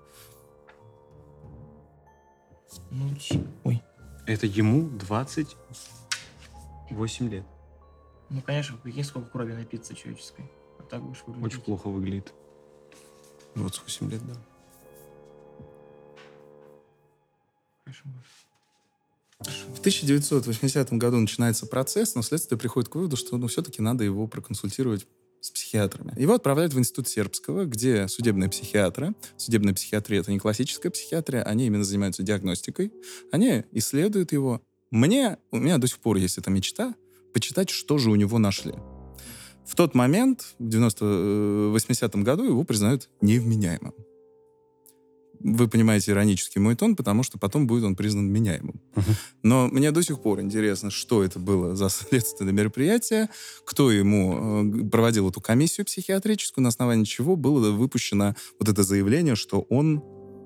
Ой. Это ему 28 лет. Ну, конечно, прикинь, сколько крови напиться человеческой. Вот так будешь выглядеть. Очень плохо выглядит. 28 лет, да. В 1980 году начинается процесс, но следствие приходит к выводу, что все-таки надо его проконсультировать с психиатрами. Его отправляют в институт Сербского, где судебные психиатры, судебная психиатрия — это не классическая психиатрия, они именно занимаются диагностикой, они исследуют его. У меня до сих пор есть эта мечта почитать, что же у него нашли. В тот момент, в 80-м году, его признают невменяемым. Вы понимаете иронический мой тон, потому что потом будет он признан меняемым. Но мне до сих пор интересно, что это было за следственное мероприятие, кто ему проводил эту комиссию психиатрическую, на основании чего было выпущено вот это заявление, что он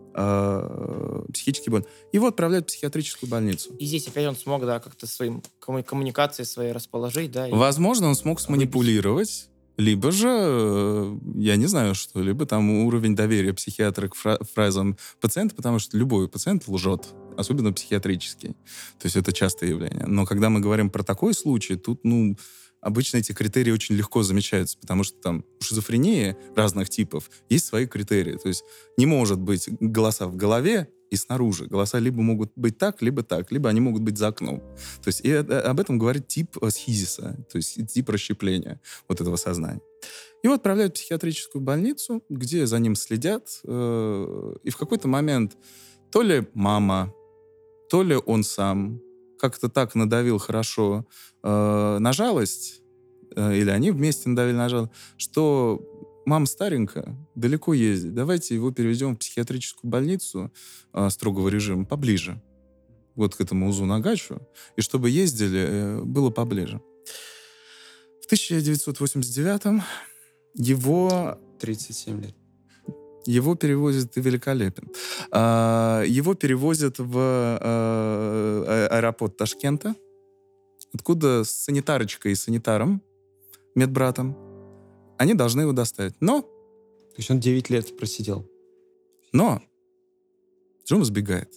психически болен. Его отправляют в психиатрическую больницу. И здесь опять он смог, да, как-то своим коммуникацией своей расположить, да? Возможно, он смог сманипулировать, либо же, я не знаю, что, либо там уровень доверия психиатра к фразам пациента, потому что любой пациент лжет, особенно психиатрический. То есть это частое явление. Но когда мы говорим про такой случай, тут, обычно эти критерии очень легко замечаются, потому что там у шизофрении разных типов есть свои критерии. То есть не может быть голоса в голове и снаружи. Голоса либо могут быть так, либо они могут быть за окном. То есть и об этом говорит тип схизиса, то есть тип расщепления вот этого сознания. Его отправляют в психиатрическую больницу, где за ним следят, и в какой-то момент то ли мама, то ли он сам как-то так надавил хорошо на жалость, или они вместе надавили на жалость, что мама старенькая, далеко ездит, давайте его переведем в психиатрическую больницу строгого режима поближе, вот к этому Узунагачу, и чтобы ездили, было поближе. В 1989-м его 37 лет. перевозят, ты великолепен. Его перевозят в аэропорт Ташкента, откуда с санитарочкой и санитаром, медбратом, они должны его доставить. Но То есть он 9 лет просидел. Джума сбегает.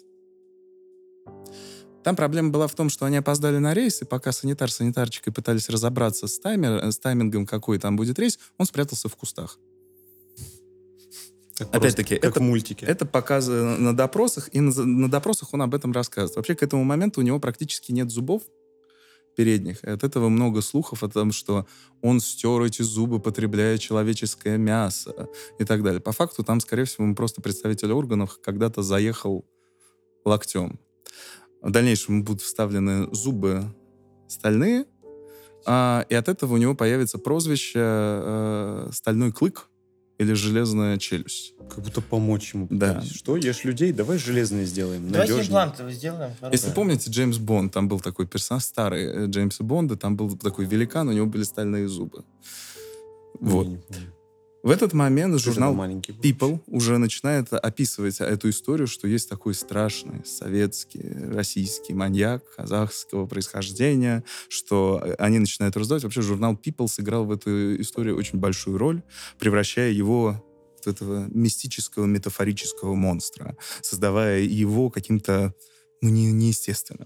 Там проблема была в том, что они опоздали на рейс, и пока санитар с санитарочкой пытались разобраться с таймингом, какой там будет рейс, он спрятался в кустах. Опять-таки, как в мультике. Это показано на допросах, и на допросах он об этом рассказывает. Вообще, к этому моменту у него практически нет зубов передних, и от этого много слухов о том, что он стер эти зубы, потребляя человеческое мясо и так далее. По факту там, скорее всего, он просто представитель органов когда-то заехал локтем. В дальнейшем будут вставлены зубы стальные, и от этого у него появится прозвище «стальной клык» или «железная челюсть». Как будто помочь ему. Да. пытались. Что, ешь людей? Давай железные сделаем. Давайте надежнее. импланты сделаем. Если помните, Джеймс Бонд, там был такой персонаж, старый Джеймса Бонда, там был такой великан, у него были стальные зубы. Вот. Я не помню. В этот момент Ты журнал тогда маленький был. People уже начинает описывать эту историю, что есть такой страшный советский, российский маньяк казахского происхождения, что они начинают раздавать. Вообще журнал People сыграл в эту историю очень большую роль, превращая его в этого мистического, метафорического монстра, создавая его каким-то неестественным.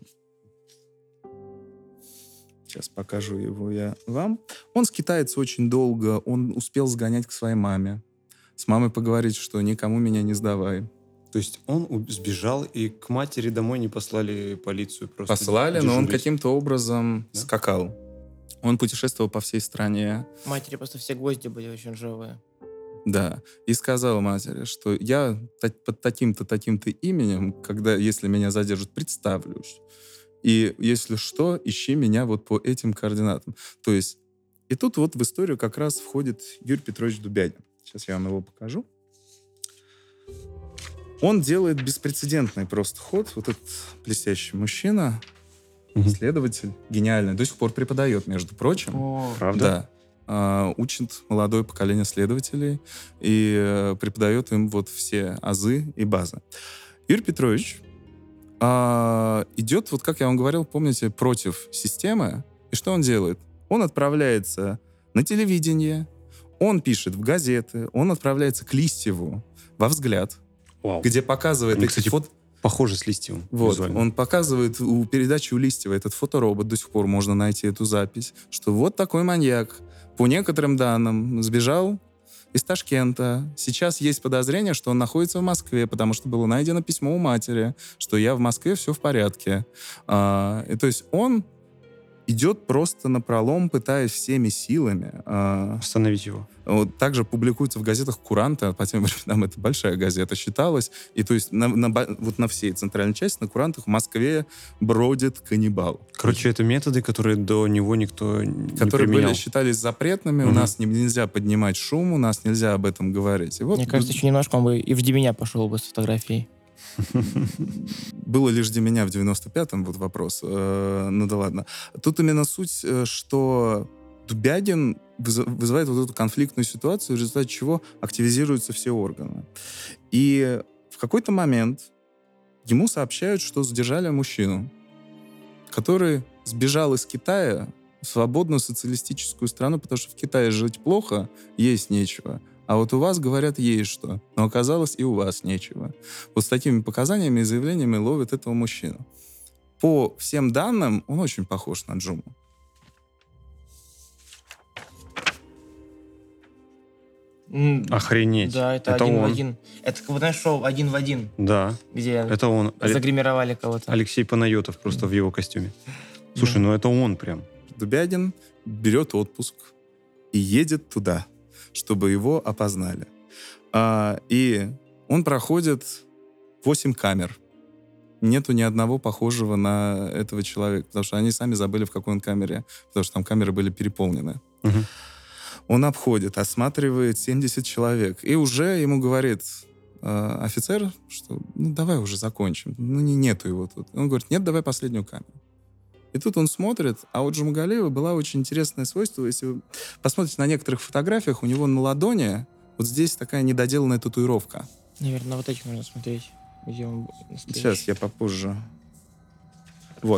Сейчас покажу его я вам. Он скитается очень долго, он успел сгонять к своей маме. С мамой поговорить, что никому меня не сдавай. То есть он сбежал, и к матери домой не послали полицию просто Послали, но он дежурить? каким-то образом Да? скакал. Он путешествовал по всей стране, Матери просто все гвозди были очень ржавые. да, и сказал матери, что я под таким-то, таким-то именем, если меня задержат, представлюсь. И если что, ищи меня вот по этим координатам. То есть И тут вот в историю как раз входит Юрий Петрович Дубягин. Сейчас я вам его покажу. Он делает беспрецедентный просто ход. Вот этот блестящий мужчина, следователь, гениальный. До сих пор преподает, между прочим. Правда? Да. Учит молодое поколение следователей и преподает им вот все азы и базы. Юрий Петрович идет, вот как я вам говорил, помните, против системы. И что он делает? Он отправляется на телевидение, он пишет в газеты, он отправляется к Листьеву во «Взгляд», Вау. где показывает Они, эти кстати, фото... Похоже с Листьевым. Вот, визуально. он показывает у передачи у Листьева этот фоторобот, до сих пор можно найти эту запись, что вот такой маньяк, по некоторым данным, сбежал из Ташкента. Сейчас есть подозрение, что он находится в Москве, потому что было найдено письмо у матери, что я в Москве, все в порядке. И, то есть он идет просто напролом, пытаясь всеми силами. Остановить его. Вот также публикуется в газетах «Куранта», по тем временам это большая газета считалась, и то есть вот на всей центральной части, на «Курантах» в Москве бродит каннибал. Короче, это методы, которые до него никто не Которые применял. считались запретными, у нас нельзя поднимать шум, у нас нельзя об этом говорить. И вот Мне кажется, еще немножко он бы и «Жди меня» пошел бы с фотографией. было ли «Жди меня» в 95-м, вот вопрос. Ну да ладно. Тут именно суть, что Дубягин вызывает вот эту конфликтную ситуацию, в результате чего активизируются все органы. И в какой-то момент ему сообщают, что задержали мужчину, который сбежал из Китая в свободную социалистическую страну, потому что в Китае жить плохо, есть нечего. А вот у вас, говорят, есть что. Но оказалось, и у вас нечего. Вот с такими показаниями и заявлениями ловят этого мужчину. По всем данным, он очень похож на Джуму. Охренеть. Да, это один в один. Это, вот знаешь, шоу «Один в один», Да, где это он. загримировали кого-то. Алексей Панайотов просто в его костюме. Слушай, ну это он прям. Дубягин берет отпуск и едет туда, чтобы его опознали. И он проходит 8 камер. Нету ни одного похожего на этого человека, потому что они сами забыли, в какой он камере, потому что там камеры были переполнены. Он обходит, осматривает 70 человек, и уже ему говорит офицер, что ну давай уже закончим, ну нету его тут. Он говорит, нет, давай последнюю камеру. И тут он смотрит, а у Джумгалиева было очень интересное свойство. Если вы посмотрите на некоторых фотографиях, у него на ладони вот здесь такая недоделанная татуировка. Наверное, вот этих нужно смотреть, где он настоящий. Сейчас, я попозже. Вот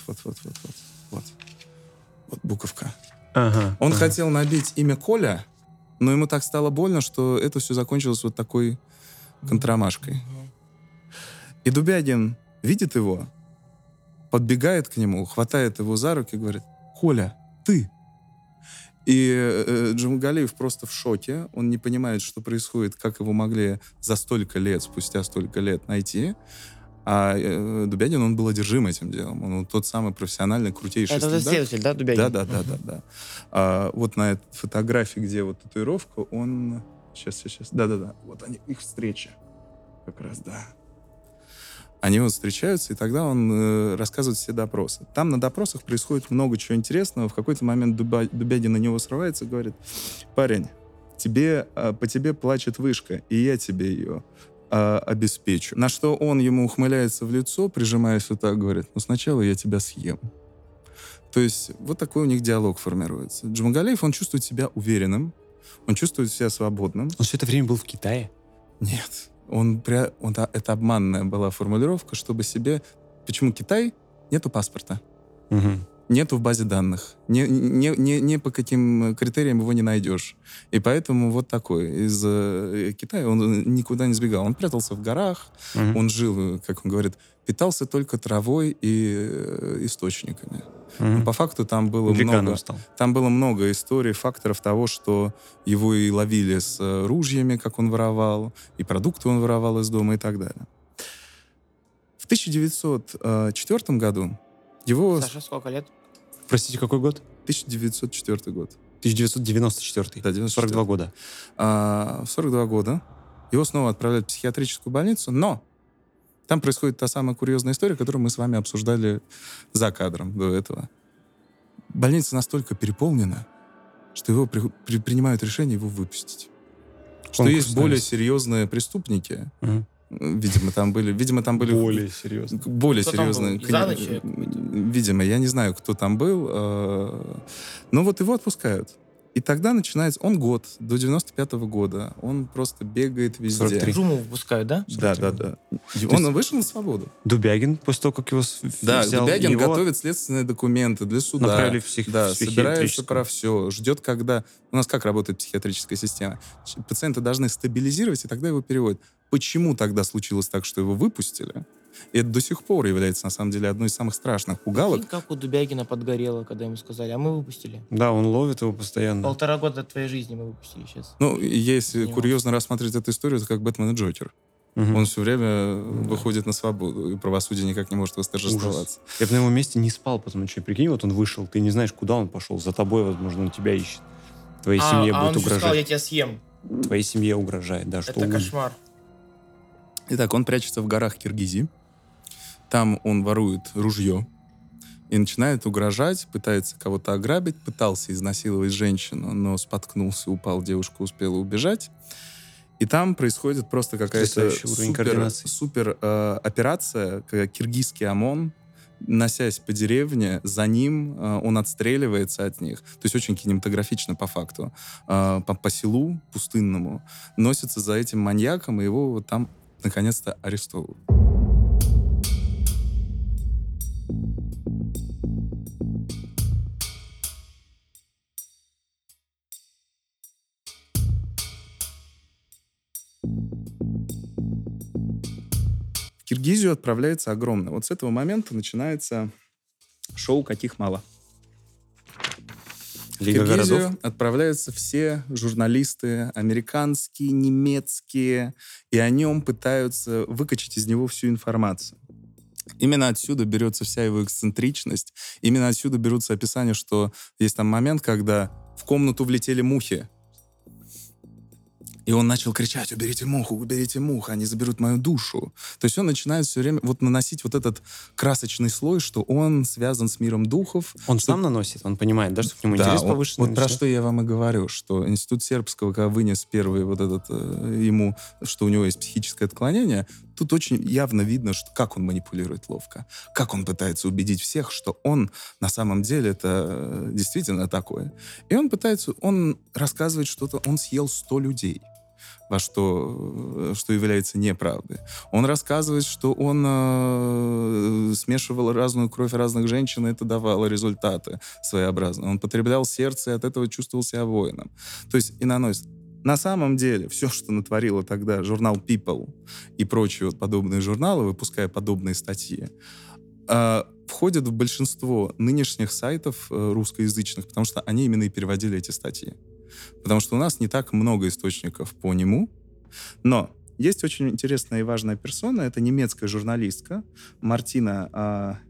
буковка. Ага. Он хотел набить имя Коля, но ему так стало больно, что это все закончилось вот такой контрамашкой. И Дубягин видит его, подбегает к нему, хватает его за руки и говорит: «Коля, ты!» И Джумгалиев просто в шоке. Он не понимает, что происходит, как его могли за столько лет, спустя столько лет найти. А Дубягин, он был одержим этим делом. Он тот самый профессиональный, крутейший это следователь, да, Дубягин? Да. Вот на этой фотографии, где вот татуировка, он... Сейчас. Да. Вот они, их встреча. Как раз, да. Они вот встречаются, и тогда он рассказывает все допросы. Там на допросах происходит много чего интересного. В какой-то момент Дубягин на него срывается и говорит: «Парень, по тебе плачет вышка, и я тебе ее обеспечу». На что он ему ухмыляется в лицо, прижимаясь вот так, говорит: «Ну сначала я тебя съем». То есть вот такой у них диалог формируется. Джумгалиев, он чувствует себя уверенным, он чувствует себя свободным. Он все это время был в Китае? Нет. Это обманная была формулировка, чтобы себе... Почему Китай? Нету паспорта. Нету в базе данных. Не по каким критериям его не найдешь. И поэтому вот такой. Из Китая он никуда не сбегал. Он прятался в горах, он жил, как он говорит, питался только травой и источниками. Но по факту там было много историй, факторов того, что его и ловили с ружьями, как он воровал, и продукты он воровал из дома и так далее. В 1904 году его... Саша, сколько лет? Простите, какой год? 1904 год. 1994. Да, 94. 42 года. В 42 года его снова отправляют в психиатрическую больницу, но там происходит та самая курьезная история, которую мы с вами обсуждали за кадром до этого. Больница настолько переполнена, что его принимают решение его выпустить. Что Конкурс, есть более наверное. серьезные преступники. Мгм. Видимо, там были... Более серьезно. Более Кто там серьезные. был? Изада человек какой-то? Видимо, я не знаю, кто там был. Но вот его отпускают. И тогда начинается... Он год, до 95-го года. Он просто бегает везде. 43. Джуму выпускают, да? Да. И он вышел на свободу. Дубягин, после того, как его Да, взял, Дубягин его готовит следственные документы для суда. направили в Да, собирается психиатрическую. про все. Ждет, когда... У нас как работает психиатрическая система? Пациента должны стабилизировать, и тогда его переводят. Почему тогда случилось так, что его выпустили? И это до сих пор является, на самом деле, одной из самых страшных пугалок. Прикинь, как у Дубягина подгорело, когда ему сказали, а мы выпустили. Да, он ловит его постоянно. 1,5 года твоей жизни мы выпустили сейчас. Ну, если Понимаю. курьезно рассматривать эту историю, это как Бэтмен и Джокер. Мгм. Он все время выходит на свободу, и правосудие никак не может восторжествоваться. Я бы на его месте не спал, потому что, прикинь, вот он вышел, ты не знаешь, куда он пошел. За тобой, возможно, он тебя ищет. Твоей семье он будет еще сказал, я угрожать. тебя съем. Твоей семье угрожает, да, что Это угодно. кошмар. Итак, он прячется в горах Киргизии. Там он ворует ружье и начинает угрожать, пытается кого-то ограбить, пытался изнасиловать женщину, но споткнулся, упал, девушка успела убежать. И там происходит просто какая-то Потрясающий уровень координации. супер операция, когда киргизский ОМОН, носясь по деревне, за ним он отстреливается от них. То есть очень кинематографично по факту. По селу пустынному носится за этим маньяком, и его вот там наконец-то арестовывают. В Киргизию отправляется огромно. Вот с этого момента начинается шоу «Каких мало». В Лига Киргизию городов. отправляются все журналисты, американские, немецкие, и о нем пытаются выкачать из него всю информацию. Именно отсюда берется вся его эксцентричность, именно отсюда берутся описания, что есть там момент, когда в комнату влетели мухи, и он начал кричать: уберите муху, они заберут мою душу. То есть он начинает все время вот наносить вот этот красочный слой, что он связан с миром духов. Он что сам наносит, он понимает, да, что к нему да, интерес он- повышенный. Вот про что я вам и говорю, что Институт Сербского, когда вынес первый вот этот ему, что у него есть психическое отклонение, тут очень явно видно, что как он манипулирует ловко, как он пытается убедить всех, что он на самом деле это действительно такое. И он рассказывает что-то, он съел 100 людей, что является неправдой. Он рассказывает, что он смешивал разную кровь разных женщин, и это давало результаты своеобразные. Он потреблял сердце, и от этого чувствовал себя воином. То есть и наносит. На самом деле, все, что натворило тогда журнал People и прочие вот подобные журналы, выпуская подобные статьи, входят в большинство нынешних сайтов русскоязычных, потому что они именно и переводили эти статьи. Потому что у нас не так много источников по нему. Но есть очень интересная и важная персона. Это немецкая журналистка Мартина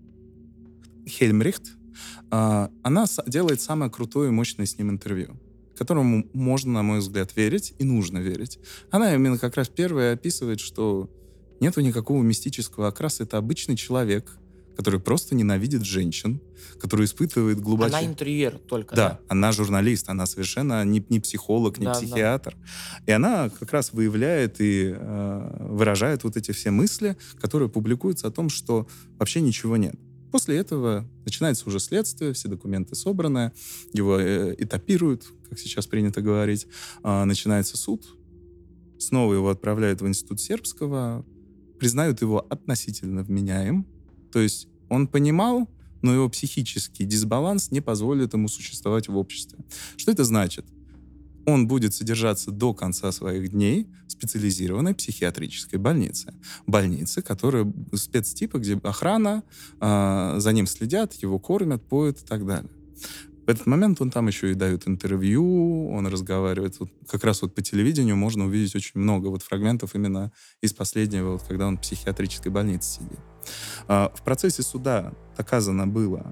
Хельмрихт. Она делает самое крутое и мощное с ним интервью, которому можно, на мой взгляд, верить и нужно верить. Она именно как раз первая описывает, что нету никакого мистического окраса. Это обычный человек, который просто ненавидит женщин, который испытывает глубочайшее... Она интервьюер только, Да, она журналист, она совершенно не психолог, не Да, психиатр. И она как раз выявляет и выражает вот эти все мысли, которые публикуются о том, что вообще ничего нет. После этого начинается уже следствие, все документы собраны, его этапируют, как сейчас принято говорить, начинается суд, снова его отправляют в Институт Сербского, признают его относительно вменяем, то есть он понимал, но его психический дисбаланс не позволит ему существовать в обществе. Что это значит? Он будет содержаться до конца своих дней в специализированной психиатрической больнице. Больнице, которая спецтипа, где охрана, за ним следят, его кормят, поют и так далее. В этот момент он там еще и дает интервью, он разговаривает. Вот как раз вот по телевидению можно увидеть очень много вот фрагментов именно из последнего, вот, когда он в психиатрической больнице сидит. В процессе суда доказано было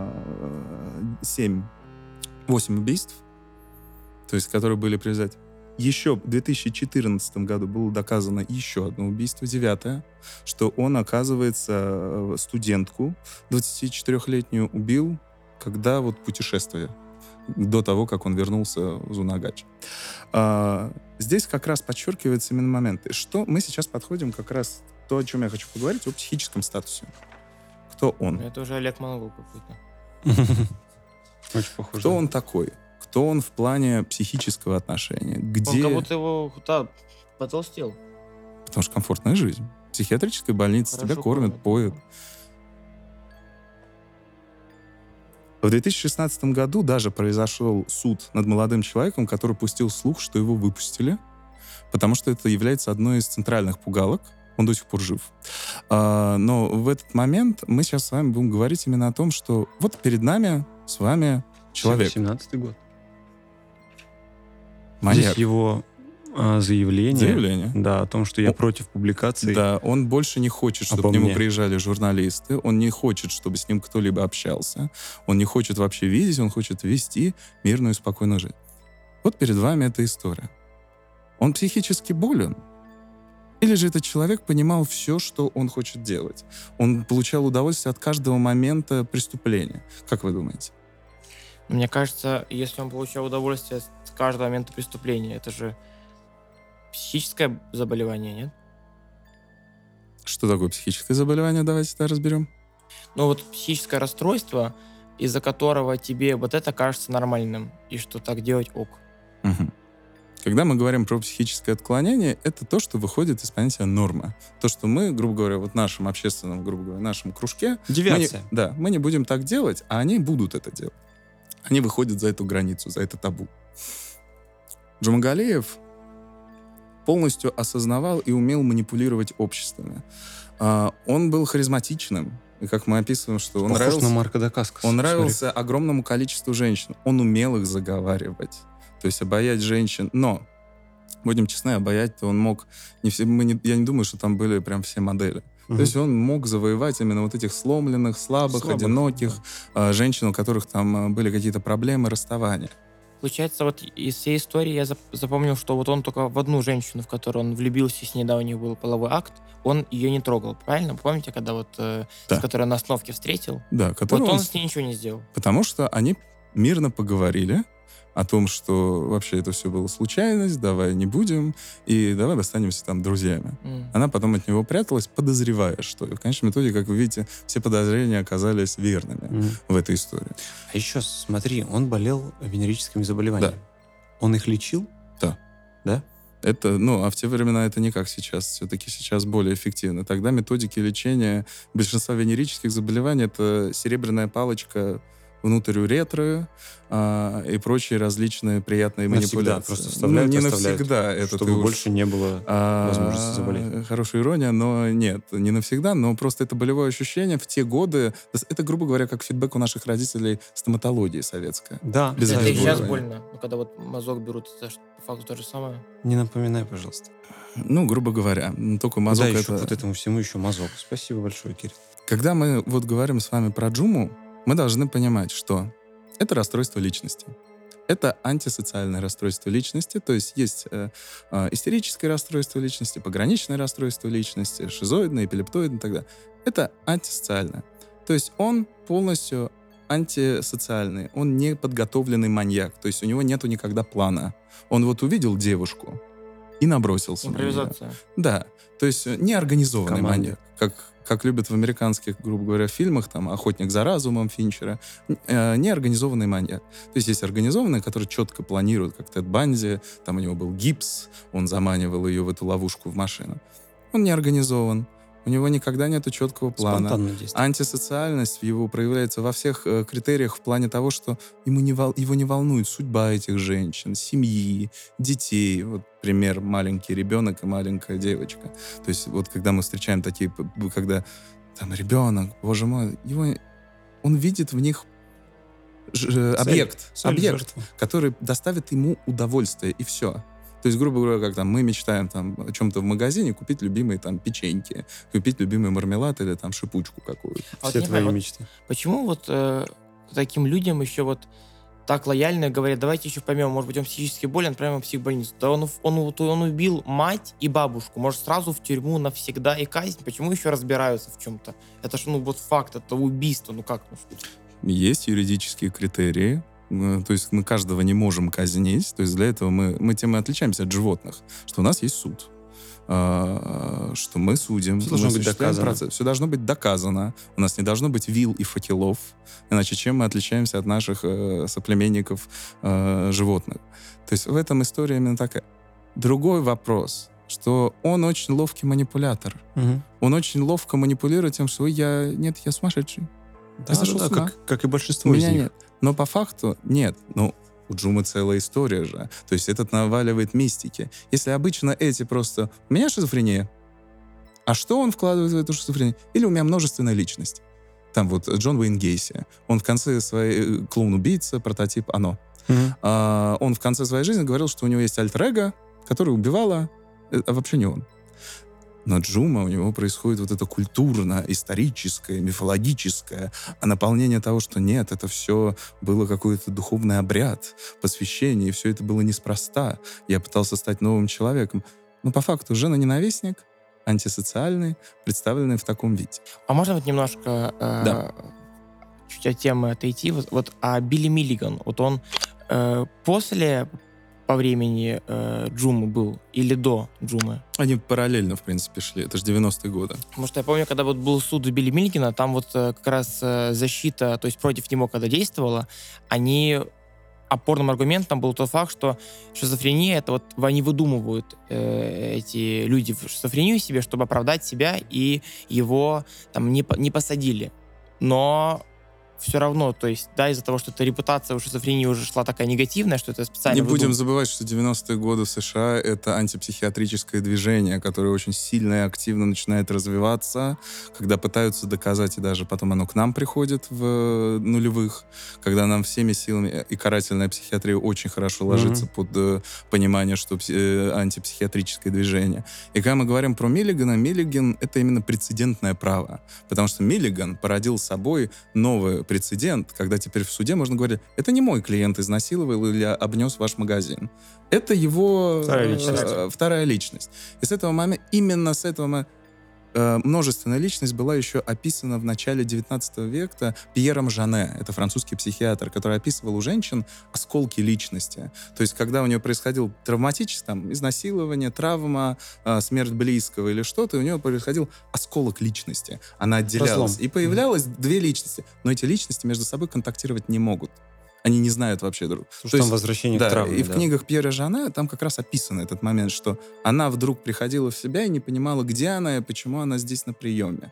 8 убийств, то есть которые были привязать. Еще в 2014 году было доказано еще одно убийство, 9-е, что он, оказывается, студентку 24-летнюю убил, когда вот путешествие. до того, как он вернулся в Зунагач. Здесь как раз подчеркивается именно момент, что мы сейчас подходим как раз то, о чем я хочу поговорить, о психическом статусе. Кто он? Это уже Олег Монгол какой-то. Очень похоже. Кто он такой? Кто он в плане психического отношения? Где... Он как будто его потолстел. Потому что комфортная жизнь. В психиатрической больнице тебя кормят, поют. В 2016 году даже произошел суд над молодым человеком, который пустил слух, что его выпустили, потому что это является одной из центральных пугалок. Он до сих пор жив. Но в этот момент мы сейчас с вами будем говорить именно о том, что вот перед нами с вами человек. 17-й год. Маньяк. Здесь его заявление. Да, о том, что я против публикации. Да, он больше не хочет, чтобы к нему приезжали журналисты, он не хочет, чтобы с ним кто-либо общался, он не хочет вообще видеть, он хочет вести мирную и спокойную жизнь. Вот перед вами эта история. Он психически болен? Или же этот человек понимал все, что он хочет делать? Он получал удовольствие от каждого момента преступления. Как вы думаете? Мне кажется, если он получал удовольствие с каждого момента преступления, это же психическое заболевание, нет? Что такое психическое заболевание? Давайте это разберем. Ну вот психическое расстройство, из-за которого тебе вот это кажется нормальным, и что так делать ок. Угу. Когда мы говорим про психическое отклонение, это то, что выходит из понятия норма. То, что мы, грубо говоря, вот в нашем общественном, грубо говоря, нашем кружке... Девиация. Мы не будем так делать, а они будут это делать. Они выходят за эту границу, за это табу. Джумагалиев полностью осознавал и умел манипулировать обществами. Он был харизматичным, и как мы описываем, что он Похож на Марка Дакаскаса. Он нравился огромному количеству женщин. Он умел их заговаривать. То есть обаять женщин. Но, будем честны, обаять-то он мог... я не думаю, что там были прям все модели. То есть он мог завоевать именно вот этих сломленных, слабых, одиноких, женщин, у которых там были какие-то проблемы, расставания. Получается, вот из всей истории я запомнил, что вот он только в одну женщину, в которую он влюбился, с ней у них был половой акт, он ее не трогал, правильно? Помните, когда вот с которой на остановке встретил? Да, вот он с ней ничего не сделал. Потому что они мирно поговорили о том, что вообще это все было случайность, давай не будем, и давай останемся там друзьями. Она потом от него пряталась, подозревая, что в конечном итоге, как вы видите, все подозрения оказались верными в этой истории. А еще смотри, он болел венерическими заболеваниями. Да. Он их лечил? Да. Да? Это, а в те времена это не как сейчас. Все-таки сейчас более эффективно. Тогда методики лечения большинства венерических заболеваний — это серебряная палочка внутрь уретры и прочие различные приятные манипуляции. Просто вставляют, не навсегда. Это чтобы больше не было возможности заболеть. Хорошая ирония, но нет, не навсегда, но просто это болевое ощущение в те годы. Это, грубо говоря, как фидбэк у наших родителей стоматологии советской. Да. Без это и сейчас больно. Когда вот мазок берут, это по факту то же самое. Не напоминай, пожалуйста. Грубо говоря, только мазок это... вот этому всему еще мазок. Спасибо большое, Кирилл. Когда мы вот говорим с вами про Джуму, мы должны понимать, что это расстройство личности. Это антисоциальное расстройство личности, то есть есть истерическое расстройство личности, пограничное расстройство личности, шизоидное, эпилептоидное и так далее. Это антисоциальное. То есть он полностью антисоциальный, он не подготовленный маньяк, то есть у него нету никогда плана. Он вот увидел девушку и набросился на нее. Импровизация. Да, то есть неорганизованный маньяк, как любят в американских, грубо говоря, фильмах, там, «Охотник за разумом» Финчера, неорганизованный маньяк. То есть есть организованный, который четко планирует, как Тед Банди, там у него был гипс, он заманивал ее в эту ловушку в машину. Он неорганизован, у него никогда нету четкого плана. Антисоциальность его проявляется во всех критериях в плане того, что его не волнует судьба этих женщин, семьи, детей. Вот пример: маленький ребенок и маленькая девочка. То есть вот когда мы встречаем такие, когда там ребенок, боже мой, он видит в них объект, который доставит ему удовольствие, и все. То есть, грубо говоря, как там мы мечтаем там о чем-то в магазине, купить любимые там печеньки, купить любимый мармелад или там шипучку какую-то. Все твои мечты. Почему вот таким людям еще вот так лояльно говорят: давайте еще поймем, может быть, он психически болен, прямо в психбольницу. Да он убил мать и бабушку, может, сразу в тюрьму навсегда и казнь. Почему еще разбираются в чем-то? Это ж, вот факт, это убийство, как? Есть юридические критерии, то есть мы каждого не можем казнить, то есть для этого мы тем и отличаемся от животных, что у нас есть суд, что мы судим. Все должно быть доказано. Все должно быть доказано. У нас не должно быть вил и факелов, иначе чем мы отличаемся от наших соплеменников животных. То есть в этом история именно такая. Другой вопрос, что он очень ловкий манипулятор. Он очень ловко манипулирует тем, что я сумасшедший. Я сошел с ума. Как и большинство из Меня них. нет. Но по факту нет. У Джумы целая история же. То есть этот наваливает мистики. Если обычно эти просто... У меня шизофрения. А что он вкладывает в эту шизофрению? Или у меня множественная личность. Там вот Джон Уэйн Гейси. Он в конце своей... Клоун-убийца, прототип «Оно». Он в конце своей жизни говорил, что у него есть альтер-эго, которое убивало, а вообще не он. Но Джума, у него происходит вот это культурно-историческое, мифологическое, а наполнение того, что нет, это все было какой-то духовный обряд, посвящение, и все это было неспроста. Я пытался стать новым человеком. Но по факту жена-ненавистник, антисоциальный, представленный в таком виде. А можно вот немножко чуть от темы отойти? А Билли Миллиган, вот он после по времени Джумы был или до Джумы? Они параллельно, в принципе, шли. Это же 90-е годы. Потому что я помню, когда вот был суд Билли Миллигана, там вот как раз защита, то есть против него, когда действовала, опорным аргументом был тот факт, что шизофрения, это вот они выдумывают, эти люди, шизофрению себе, чтобы оправдать себя, и его там не посадили. Но все равно, то есть, да, из-за того, что эта репутация у шизофрении уже шла такая негативная, что это специально... Не будем забывать, что 90-е годы в США — это антипсихиатрическое движение, которое очень сильно и активно начинает развиваться, когда пытаются доказать, и даже потом оно к нам приходит в нулевых, когда нам всеми силами, и карательная психиатрия очень хорошо ложится под понимание, что антипсихиатрическое движение. И когда мы говорим про Миллигана, Миллиган — это именно прецедентное право, потому что Миллиган породил собой новый прецедент, когда теперь в суде можно говорить, это не мой клиент изнасиловал или обнес ваш магазин. Это его вторая личность. И с этого момента, именно с этого момента, множественная личность была еще описана в начале 19 века Пьером Жане. Это французский психиатр, который описывал у женщин осколки личности. То есть, когда у нее происходил травматическое, там, изнасилование, травма, смерть близкого или что-то, у нее происходил осколок личности. Она отделялась. Разлом. И появлялось две личности. Но эти личности между собой контактировать не могут. Они не знают вообще друг. Слушай, там возвращение к травме. И в книгах Пьера Жана там как раз описан этот момент, что она вдруг приходила в себя и не понимала, где она и почему она здесь на приеме.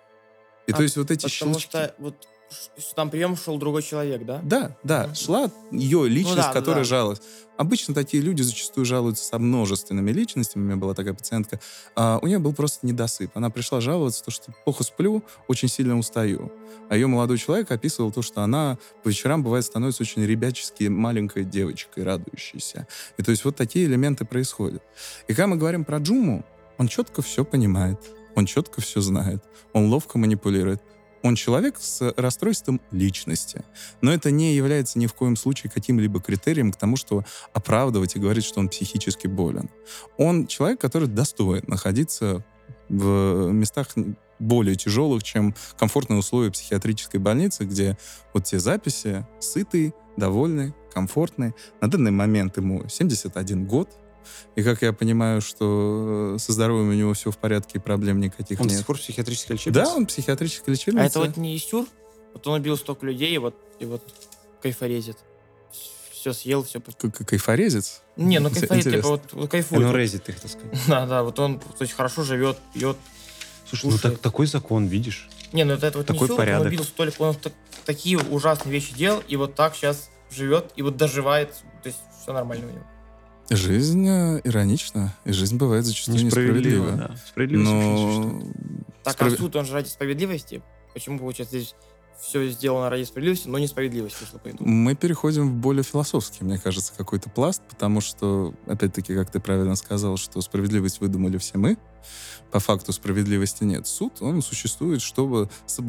И то есть вот эти Потому щелчки... что вот там прием шел другой человек, да? Да. Шла ее личность, которая жаловалась. Обычно такие люди зачастую жалуются со множественными личностями. У меня была такая пациентка. У нее был просто недосып. Она пришла жаловаться, что плохо сплю, очень сильно устаю. А ее молодой человек описывал то, что она по вечерам, бывает, становится очень ребячески маленькой девочкой, радующейся. И то есть вот такие элементы происходят. И когда мы говорим про Джуму, он четко все понимает, он четко все знает, он ловко манипулирует. Он человек с расстройством личности. Но это не является ни в коем случае каким-либо критерием к тому, что оправдывать и говорить, что он психически болен. Он человек, который достоин находиться в местах более тяжелых, чем комфортные условия психиатрической больницы, где вот те записи сытый, довольный, комфортный. На данный момент ему 71 год. И как я понимаю, что со здоровьем у него все в порядке и проблем никаких он нет. Он до сих пор психиатрическая лечебница? Да, он психиатрическая лечебница. А это вот не Исюр? Вот он убил столько людей, и вот кайфорезит. Все съел, все... Кайфорезец? Не, ну кайфорезит, типа вот кайфует. Ну, резит их, так сказать. Да, вот он, то есть, хорошо живет, пьет. Слушай, ну такой закон, видишь? Не, ну это вот такой не Исюр, порядок. он убил столько, он такие ужасные вещи делал, и вот так сейчас живет, и вот доживает, то есть все нормально у него. Жизнь иронична, и жизнь бывает зачастую несправедлива. Да. Справедливость Так, а суд, он же ради справедливости? Почему, получается, здесь все сделано ради справедливости, но несправедливость вышла по итогу? Мы переходим в более философский, мне кажется, какой-то пласт, потому что, опять-таки, как ты правильно сказал, что справедливость выдумали все мы. По факту справедливости нет. Суд, он существует, чтобы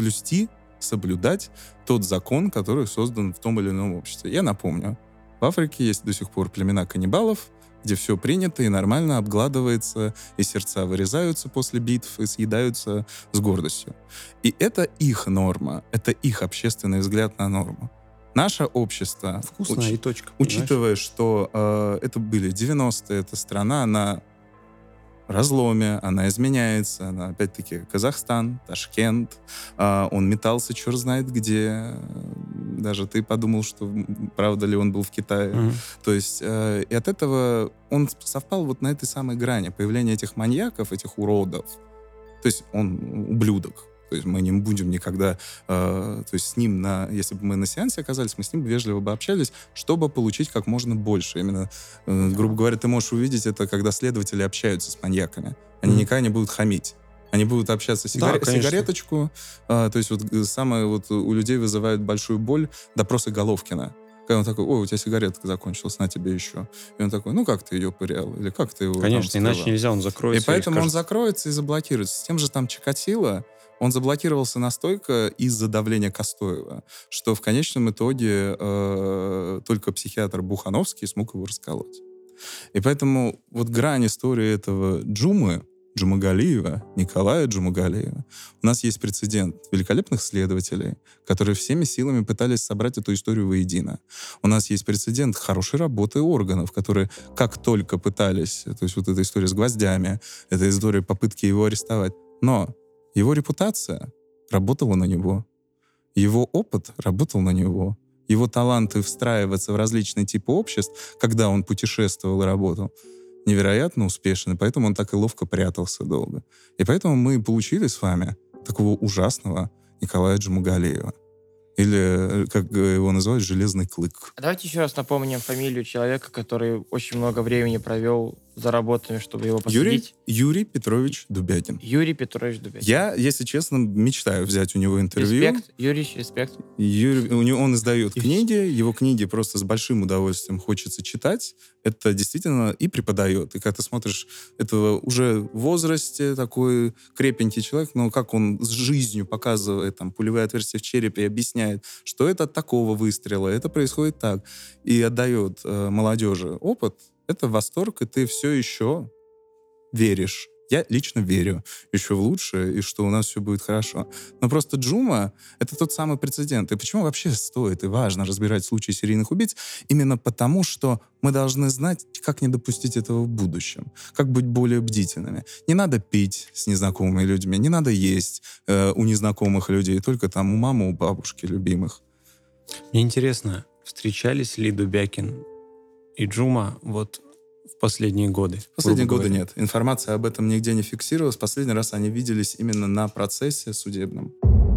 соблюдать тот закон, который создан в том или ином обществе. Я напомню, в Африке есть до сих пор племена каннибалов, где все принято и нормально обгладывается, и сердца вырезаются после битв и съедаются с гордостью. И это их норма, это их общественный взгляд на норму. Наше общество, Вкусная и точка. Понимаешь? учитывая, что это были 90-е, эта страна на разломе, она изменяется, она опять-таки Казахстан, Ташкент, он метался черт знает где, даже ты подумал, что правда ли он был в Китае. Мгм. То есть и от этого он совпал вот на этой самой грани появления этих маньяков, этих уродов. То есть он ублюдок. То есть мы не будем никогда... то есть с ним, если бы мы на сеансе оказались, мы с ним вежливо бы общались, чтобы получить как можно больше. Именно, грубо говоря, ты можешь увидеть это, когда следователи общаются с маньяками. Они Мгм. никогда не будут хамить. Они будут общаться Да, конечно. сигареточку. То есть вот самое вот у людей вызывает большую боль допросы Головкина. Когда он такой: ой, у тебя сигаретка закончилась, на тебе еще. И он такой: ну как ты ее пырял? Или как ты его Конечно, там иначе скрывал? нельзя, он закроется. И поэтому он скажет, закроется и заблокируется. С тем же там Чикатило, он заблокировался настолько из-за давления Костоева, что в конечном итоге только психиатр Бухановский смог его расколоть. И поэтому вот грань истории этого Джумагалиева, Николая Джумагалиева. У нас есть прецедент великолепных следователей, которые всеми силами пытались собрать эту историю воедино. У нас есть прецедент хорошей работы органов, которые как только пытались, то есть вот эта история с гвоздями, эта история попытки его арестовать, но его репутация работала на него, его опыт работал на него, его таланты встраиваться в различные типы обществ, когда он путешествовал и работал, невероятно успешен, и поэтому он так и ловко прятался долго. И поэтому мы получили с вами такого ужасного Николая Джумагалиева. Или, как его называют, «железный клык». А давайте еще раз напомним фамилию человека, который очень много времени провел за работами, чтобы его посадить. Юрий Петрович Дубякин. Юрий Петрович Дубякин. Я, если честно, мечтаю взять у него интервью. Респект, Юрий, респект. Он издает книги, его книги просто с большим удовольствием хочется читать. Это действительно и преподает. И когда ты смотришь этого уже в возрасте, такой крепенький человек, но как он с жизнью показывает там пулевые отверстия в черепе и объясняет, что это от такого выстрела, это происходит так, и отдает молодежи опыт, это восторг, и ты все еще веришь. Я лично верю еще в лучшее, и что у нас все будет хорошо. Но просто Джума — это тот самый прецедент. И почему вообще стоит и важно разбирать случаи серийных убийц? Именно потому, что мы должны знать, как не допустить этого в будущем, как быть более бдительными. Не надо пить с незнакомыми людьми, не надо есть у незнакомых людей, только там у мамы, у бабушки любимых. Мне интересно, встречались ли Дубякин и Джума вот в последние годы? В последние грубо годы говоря? нет. Информация об этом нигде не фиксировалась. Последний раз они виделись именно на процессе судебном.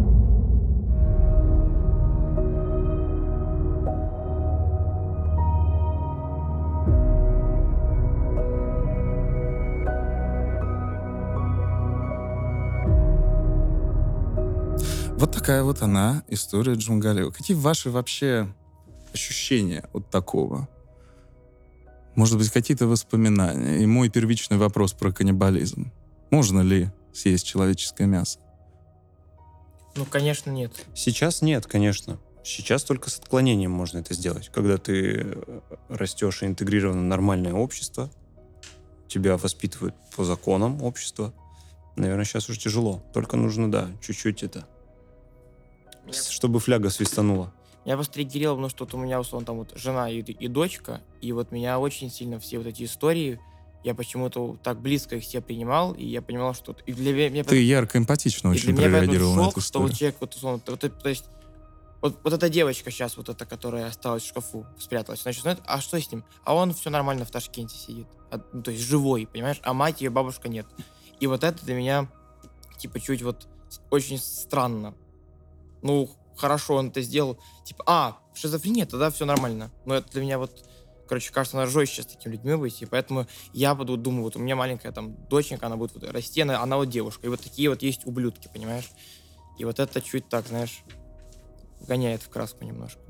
Вот такая вот она, история Джумагалиева. Какие ваши вообще ощущения от такого? Может быть, какие-то воспоминания? И мой первичный вопрос про каннибализм. Можно ли съесть человеческое мясо? Ну, конечно, нет. Сейчас нет, конечно. Сейчас только с отклонением можно это сделать. Когда ты растешь и интегрирован в нормальное общество, тебя воспитывают по законам общества, наверное, сейчас уже тяжело. Только нужно, да, чуть-чуть это... Чтобы фляга свистанула. Я просто триггерил, потому что вот у меня, условно, там вот жена и дочка, и вот меня очень сильно все вот эти истории, я почему-то так близко их все принимал, и я понимал, что... И для меня, Ты ярко, эмпатично и очень для меня прореагировал на шок, эту что вот историю. человек, вот, условно, то есть, вот эта девочка сейчас, вот эта, которая осталась в шкафу, спряталась, значит, знает, а что с ним? А он все нормально в Ташкенте сидит. Ну, то есть живой, понимаешь? А мать ее, бабушка нет. И вот это для меня, типа, чуть вот очень странно. Ну, хорошо, он это сделал. Типа, шизофрения, тогда все нормально. Но это для меня вот, короче, кажется, надо жестче с такими людьми быть. И поэтому я буду думаю, вот у меня маленькая там доченька, она будет вот расти, она вот девушка. И вот такие вот есть ублюдки, понимаешь? И вот это чуть так, знаешь, гоняет в краску немножко.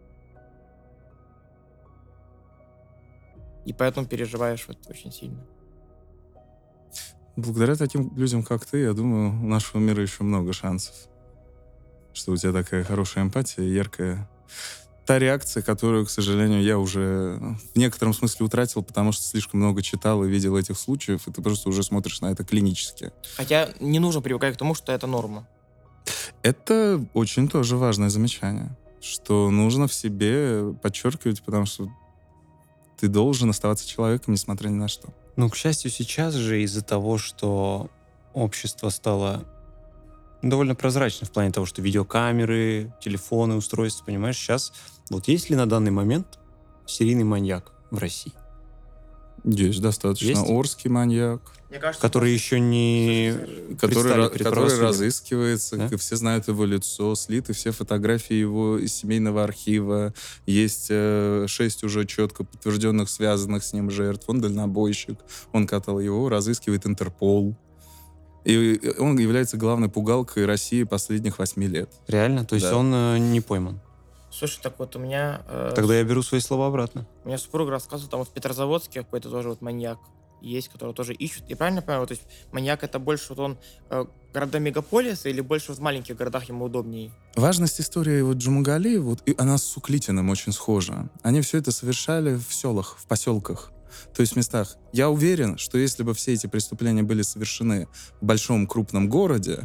И поэтому переживаешь вот очень сильно. Благодаря таким людям, как ты, я думаю, у нашего мира еще много шансов. Что у тебя такая хорошая эмпатия, яркая. Та реакция, которую, к сожалению, я уже в некотором смысле утратил, потому что слишком много читал и видел этих случаев, и ты просто уже смотришь на это клинически. Хотя не нужно привыкать к тому, что это норма. Это очень тоже важное замечание. что нужно в себе подчеркивать, потому что ты должен оставаться человеком, несмотря ни на что. Ну, к счастью, сейчас же из-за того, что общество стало довольно прозрачным в плане того, что видеокамеры, телефоны, устройства, понимаешь, сейчас вот есть ли на данный момент серийный маньяк в России? Есть достаточно. Есть? Орский маньяк, Мне кажется, Который еще не предстали перед который правосудием. разыскивается, Да? все знают его лицо, слиты все фотографии его из семейного архива, есть 6 уже четко подтвержденных, связанных с ним жертв. Он дальнобойщик, он катал его, разыскивает Интерпол. И он является главной пугалкой России последних 8 лет. Реально? То есть Да. он не пойман? Слушай, так вот у меня... Тогда я беру свои слова обратно. У меня супруга рассказывала, там вот в Петрозаводске какой-то тоже вот маньяк есть, которого тоже ищут. И правильно я понимаю, то есть маньяк это больше вот он города-мегаполиса или больше в маленьких городах ему удобнее? Важность истории вот Джумагали, вот, и она с Суклитиным очень схожа. Они все это совершали в селах, в поселках, то есть в местах. Я уверен, что если бы все эти преступления были совершены в большом крупном городе,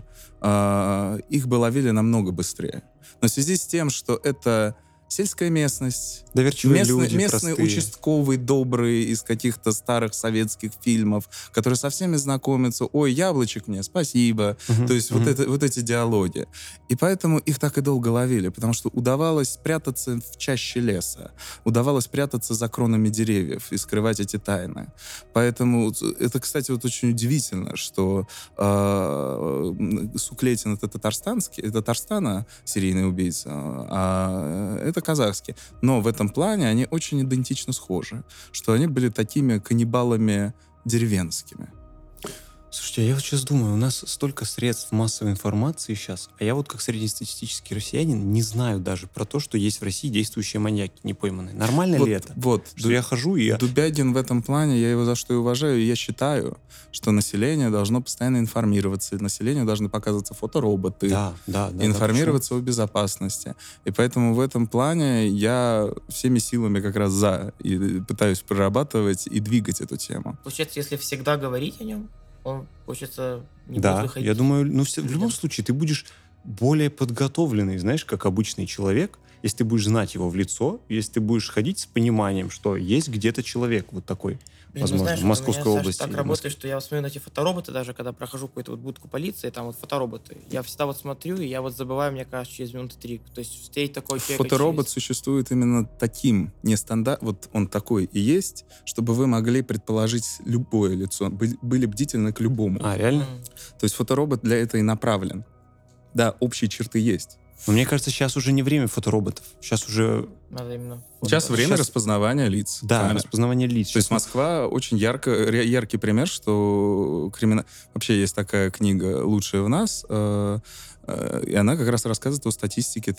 их бы ловили намного быстрее. Но в связи с тем, что это сельская местность, Доверчивые люди, местный простые. участковый добрый из каких-то старых советских фильмов, который со всеми знакомится. Ой, яблочек мне, спасибо. Мгм, То есть мгм. вот эти диалоги. И поэтому их так и долго ловили, потому что удавалось спрятаться в чаще леса, удавалось прятаться за кронами деревьев и скрывать эти тайны. Поэтому это, кстати, вот очень удивительно, что Суклетин — это татарстанский, это Татарстана серийный убийца, а это казахский. Но в этом плане они очень идентично схожи, что они были такими каннибалами деревенскими. Слушайте, а я вот сейчас думаю, у нас столько средств массовой информации сейчас, а я вот как среднестатистический россиянин не знаю даже про то, что есть в России действующие маньяки непойманные. Нормально ли это? Вот. Что я хожу и... Дубягин в этом плане, я его за что и уважаю, и я считаю, что население должно постоянно информироваться, населению должны показываться фотороботы, Да. информироваться о безопасности. И поэтому в этом плане я всеми силами как раз за, и пытаюсь прорабатывать и двигать эту тему. Получается, если всегда говорить о нем, он, получается, не будет Да, выходить. я думаю, ну, в любом Да. случае ты будешь более подготовленный, знаешь, как обычный человек, если ты будешь знать его в лицо, если ты будешь ходить с пониманием, что есть где-то человек вот такой, возможно, знаешь, в Московской у меня, Саша, области. так или в работает, Москве. что я вот смотрю на эти фотороботы, даже когда прохожу какую-то вот будку полиции, там вот фотороботы. Я всегда вот смотрю, и я вот забываю, мне кажется, через минуты 3. То есть встретить такого человека Фоторобот существует именно таким, не стандарт, вот он такой и есть, чтобы вы могли предположить любое лицо, были бдительны к любому. А, реально? То есть фоторобот для этого и направлен. Да, общие черты есть. Но мне кажется, сейчас уже не время фотороботов. Сейчас уже, Надо именно... Сейчас время Сейчас- распознавания лиц. да, камер. распознавание лиц. То есть Сейчас Москва очень яркий пример, что вообще есть такая книга «Лучшее в нас», и она как раз рассказывает о статистике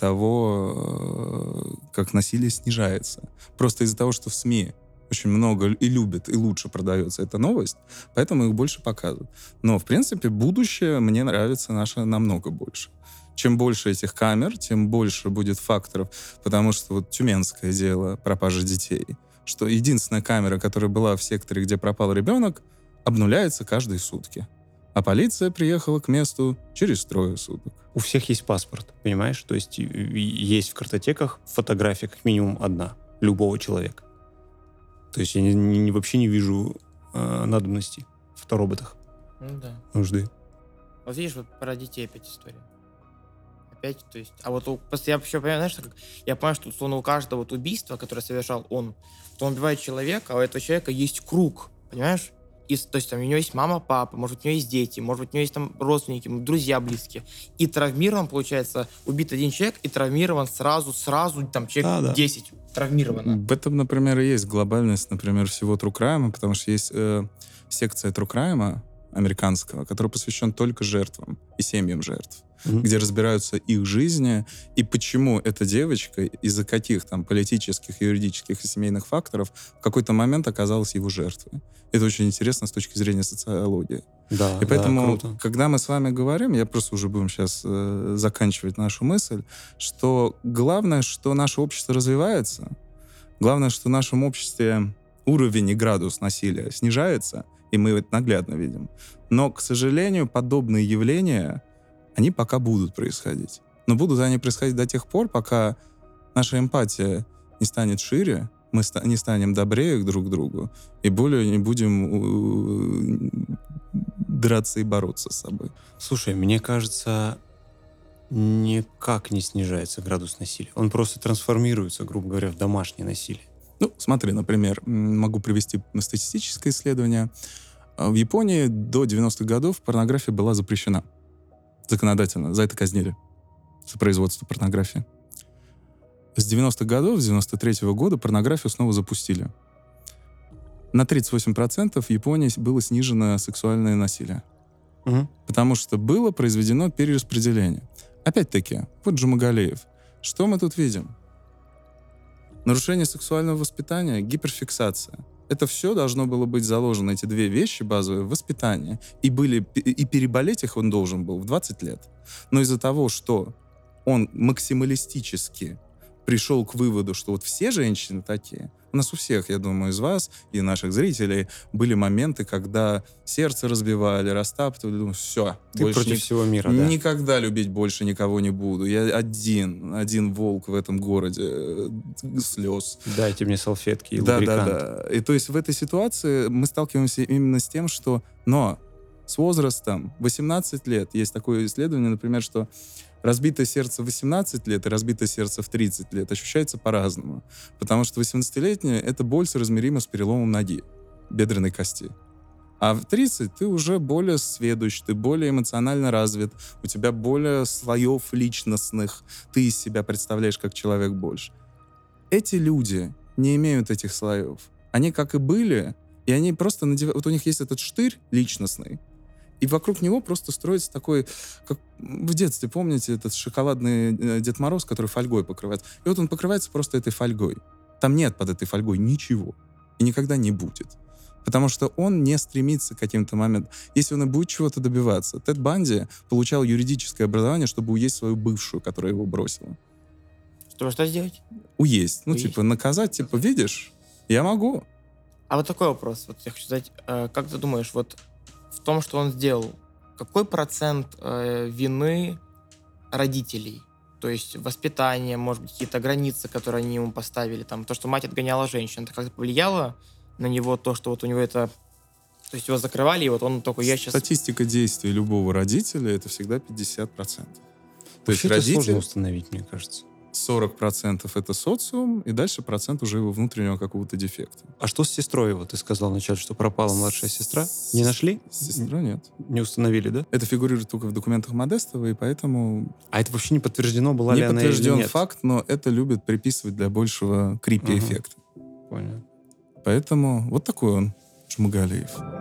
того, как насилие снижается. Просто из-за того, что в СМИ очень много и любят, и лучше продается эта новость, поэтому их больше показывают. Но, в принципе, будущее мне нравится наше намного больше. Чем больше этих камер, тем больше будет факторов, потому что вот тюменское дело пропажи детей, что единственная камера, которая была в секторе, где пропал ребенок, обнуляется каждые сутки. А полиция приехала к месту через 3 суток. у всех есть паспорт, понимаешь? То есть есть в картотеках фотография как минимум одна любого человека. То есть я вообще не вижу надобности в фотороботах. Ну да. Нужды. Вот видишь, вот про детей опять история. Опять, то есть... А вот просто я еще понимаю, знаешь, я понимаю, что условно у каждого вот убийства, которое совершал он, то он убивает человека, а у этого человека есть круг, понимаешь? То есть там у него есть мама, папа, может, у него есть дети, может быть, у него есть там родственники, друзья близкие. И травмирован, получается, убит один человек, и травмирован сразу, там человек Да. 10 травмировано. В этом, например, и есть глобальность, например, всего True Crime, потому что есть секция True Crime американского, который посвящен только жертвам и семьям жертв, где разбираются их жизни и почему эта девочка, из-за каких там политических, юридических и семейных факторов в какой-то момент оказалась его жертвой. Это очень интересно с точки зрения социологии. Да, И поэтому, круто. когда мы с вами говорим, я просто уже будем сейчас заканчивать нашу мысль, что главное, что наше общество развивается, главное, что в нашем обществе уровень и градус насилия снижается, и мы это наглядно видим. Но, к сожалению, подобные явления, они пока будут происходить. Но будут они происходить до тех пор, пока наша эмпатия не станет шире, мы не станем добрее друг к другу, и более не будем драться и бороться с собой. Слушай, мне кажется, никак не снижается градус насилия. Он просто трансформируется, грубо говоря, в домашнее насилие. Ну, смотри, например, могу привести статистическое исследование. В Японии до 90-х годов порнография была запрещена законодательно. За это казнили. За производство порнографии. С 90-х годов, с 93-го года порнографию снова запустили. На 38% в Японии было снижено сексуальное насилие. Угу. Потому что было произведено перераспределение. Опять-таки, вот Джумагалиев. Что мы тут видим? Нарушение сексуального воспитания, гиперфиксация. Это все должно было быть заложено, эти две вещи базовые, в воспитание. И переболеть их он должен был в 20 лет. Но из-за того, что он максималистически пришел к выводу, что вот все женщины такие, у нас у всех, я думаю, из вас и наших зрителей были моменты, когда сердце разбивали, растаптывали, думаю, все, Ты против всего мира, да? Никогда любить больше никого не буду. Я один волк в этом городе, слез. Дайте мне салфетки и лубрикант. Да. И то есть в этой ситуации мы сталкиваемся именно с тем, что... Но с возрастом, 18 лет, есть такое исследование, например, что разбитое сердце в 18 лет и разбитое сердце в 30 лет ощущается по-разному. Потому что 18-летняя — это боль соразмерима с переломом ноги, бедренной кости. А в 30 ты уже более сведущ, ты более эмоционально развит, у тебя более слоев личностных, ты из себя представляешь как человек больше. Эти люди не имеют этих слоев. Они как и были, и они просто надевают... Вот у них есть этот штырь личностный, и вокруг него просто строится такой, как в детстве, помните, этот шоколадный Дед Мороз, который фольгой покрывается. И вот он покрывается просто этой фольгой. Там нет под этой фольгой ничего. И никогда не будет. Потому что он не стремится к каким-то моментам. Если он и будет чего-то добиваться. Тед Банди получал юридическое образование, чтобы уесть свою бывшую, которая его бросила. Что сделать? Уесть. Уесть. Типа, наказать, типа, видишь, я могу. А вот такой вопрос. Вот я хочу задать. Как ты думаешь, вот в том, что он сделал, какой процент вины родителей? То есть воспитание, может быть, какие-то границы, которые они ему поставили, там, то, что мать отгоняла женщин, это как-то повлияло на него, то, что вот у него это... То есть его закрывали, и вот он только я сейчас... Статистика действий любого родителя — это всегда 50%. То есть Это сложно родитель... установить, мне кажется. 40% это социум, и дальше процент уже его внутреннего какого-то дефекта. А что с сестрой его? Ты сказал вначале, что пропала младшая сестра. Не нашли? Сестра нет. Не установили, да? Это фигурирует только в документах Модестова, и поэтому... А это вообще не подтверждено, была не ли она или подтвержден нет? факт, но это любят приписывать для большего крипи-эффекта. Понял. Поэтому вот такой он, Джумагалиев.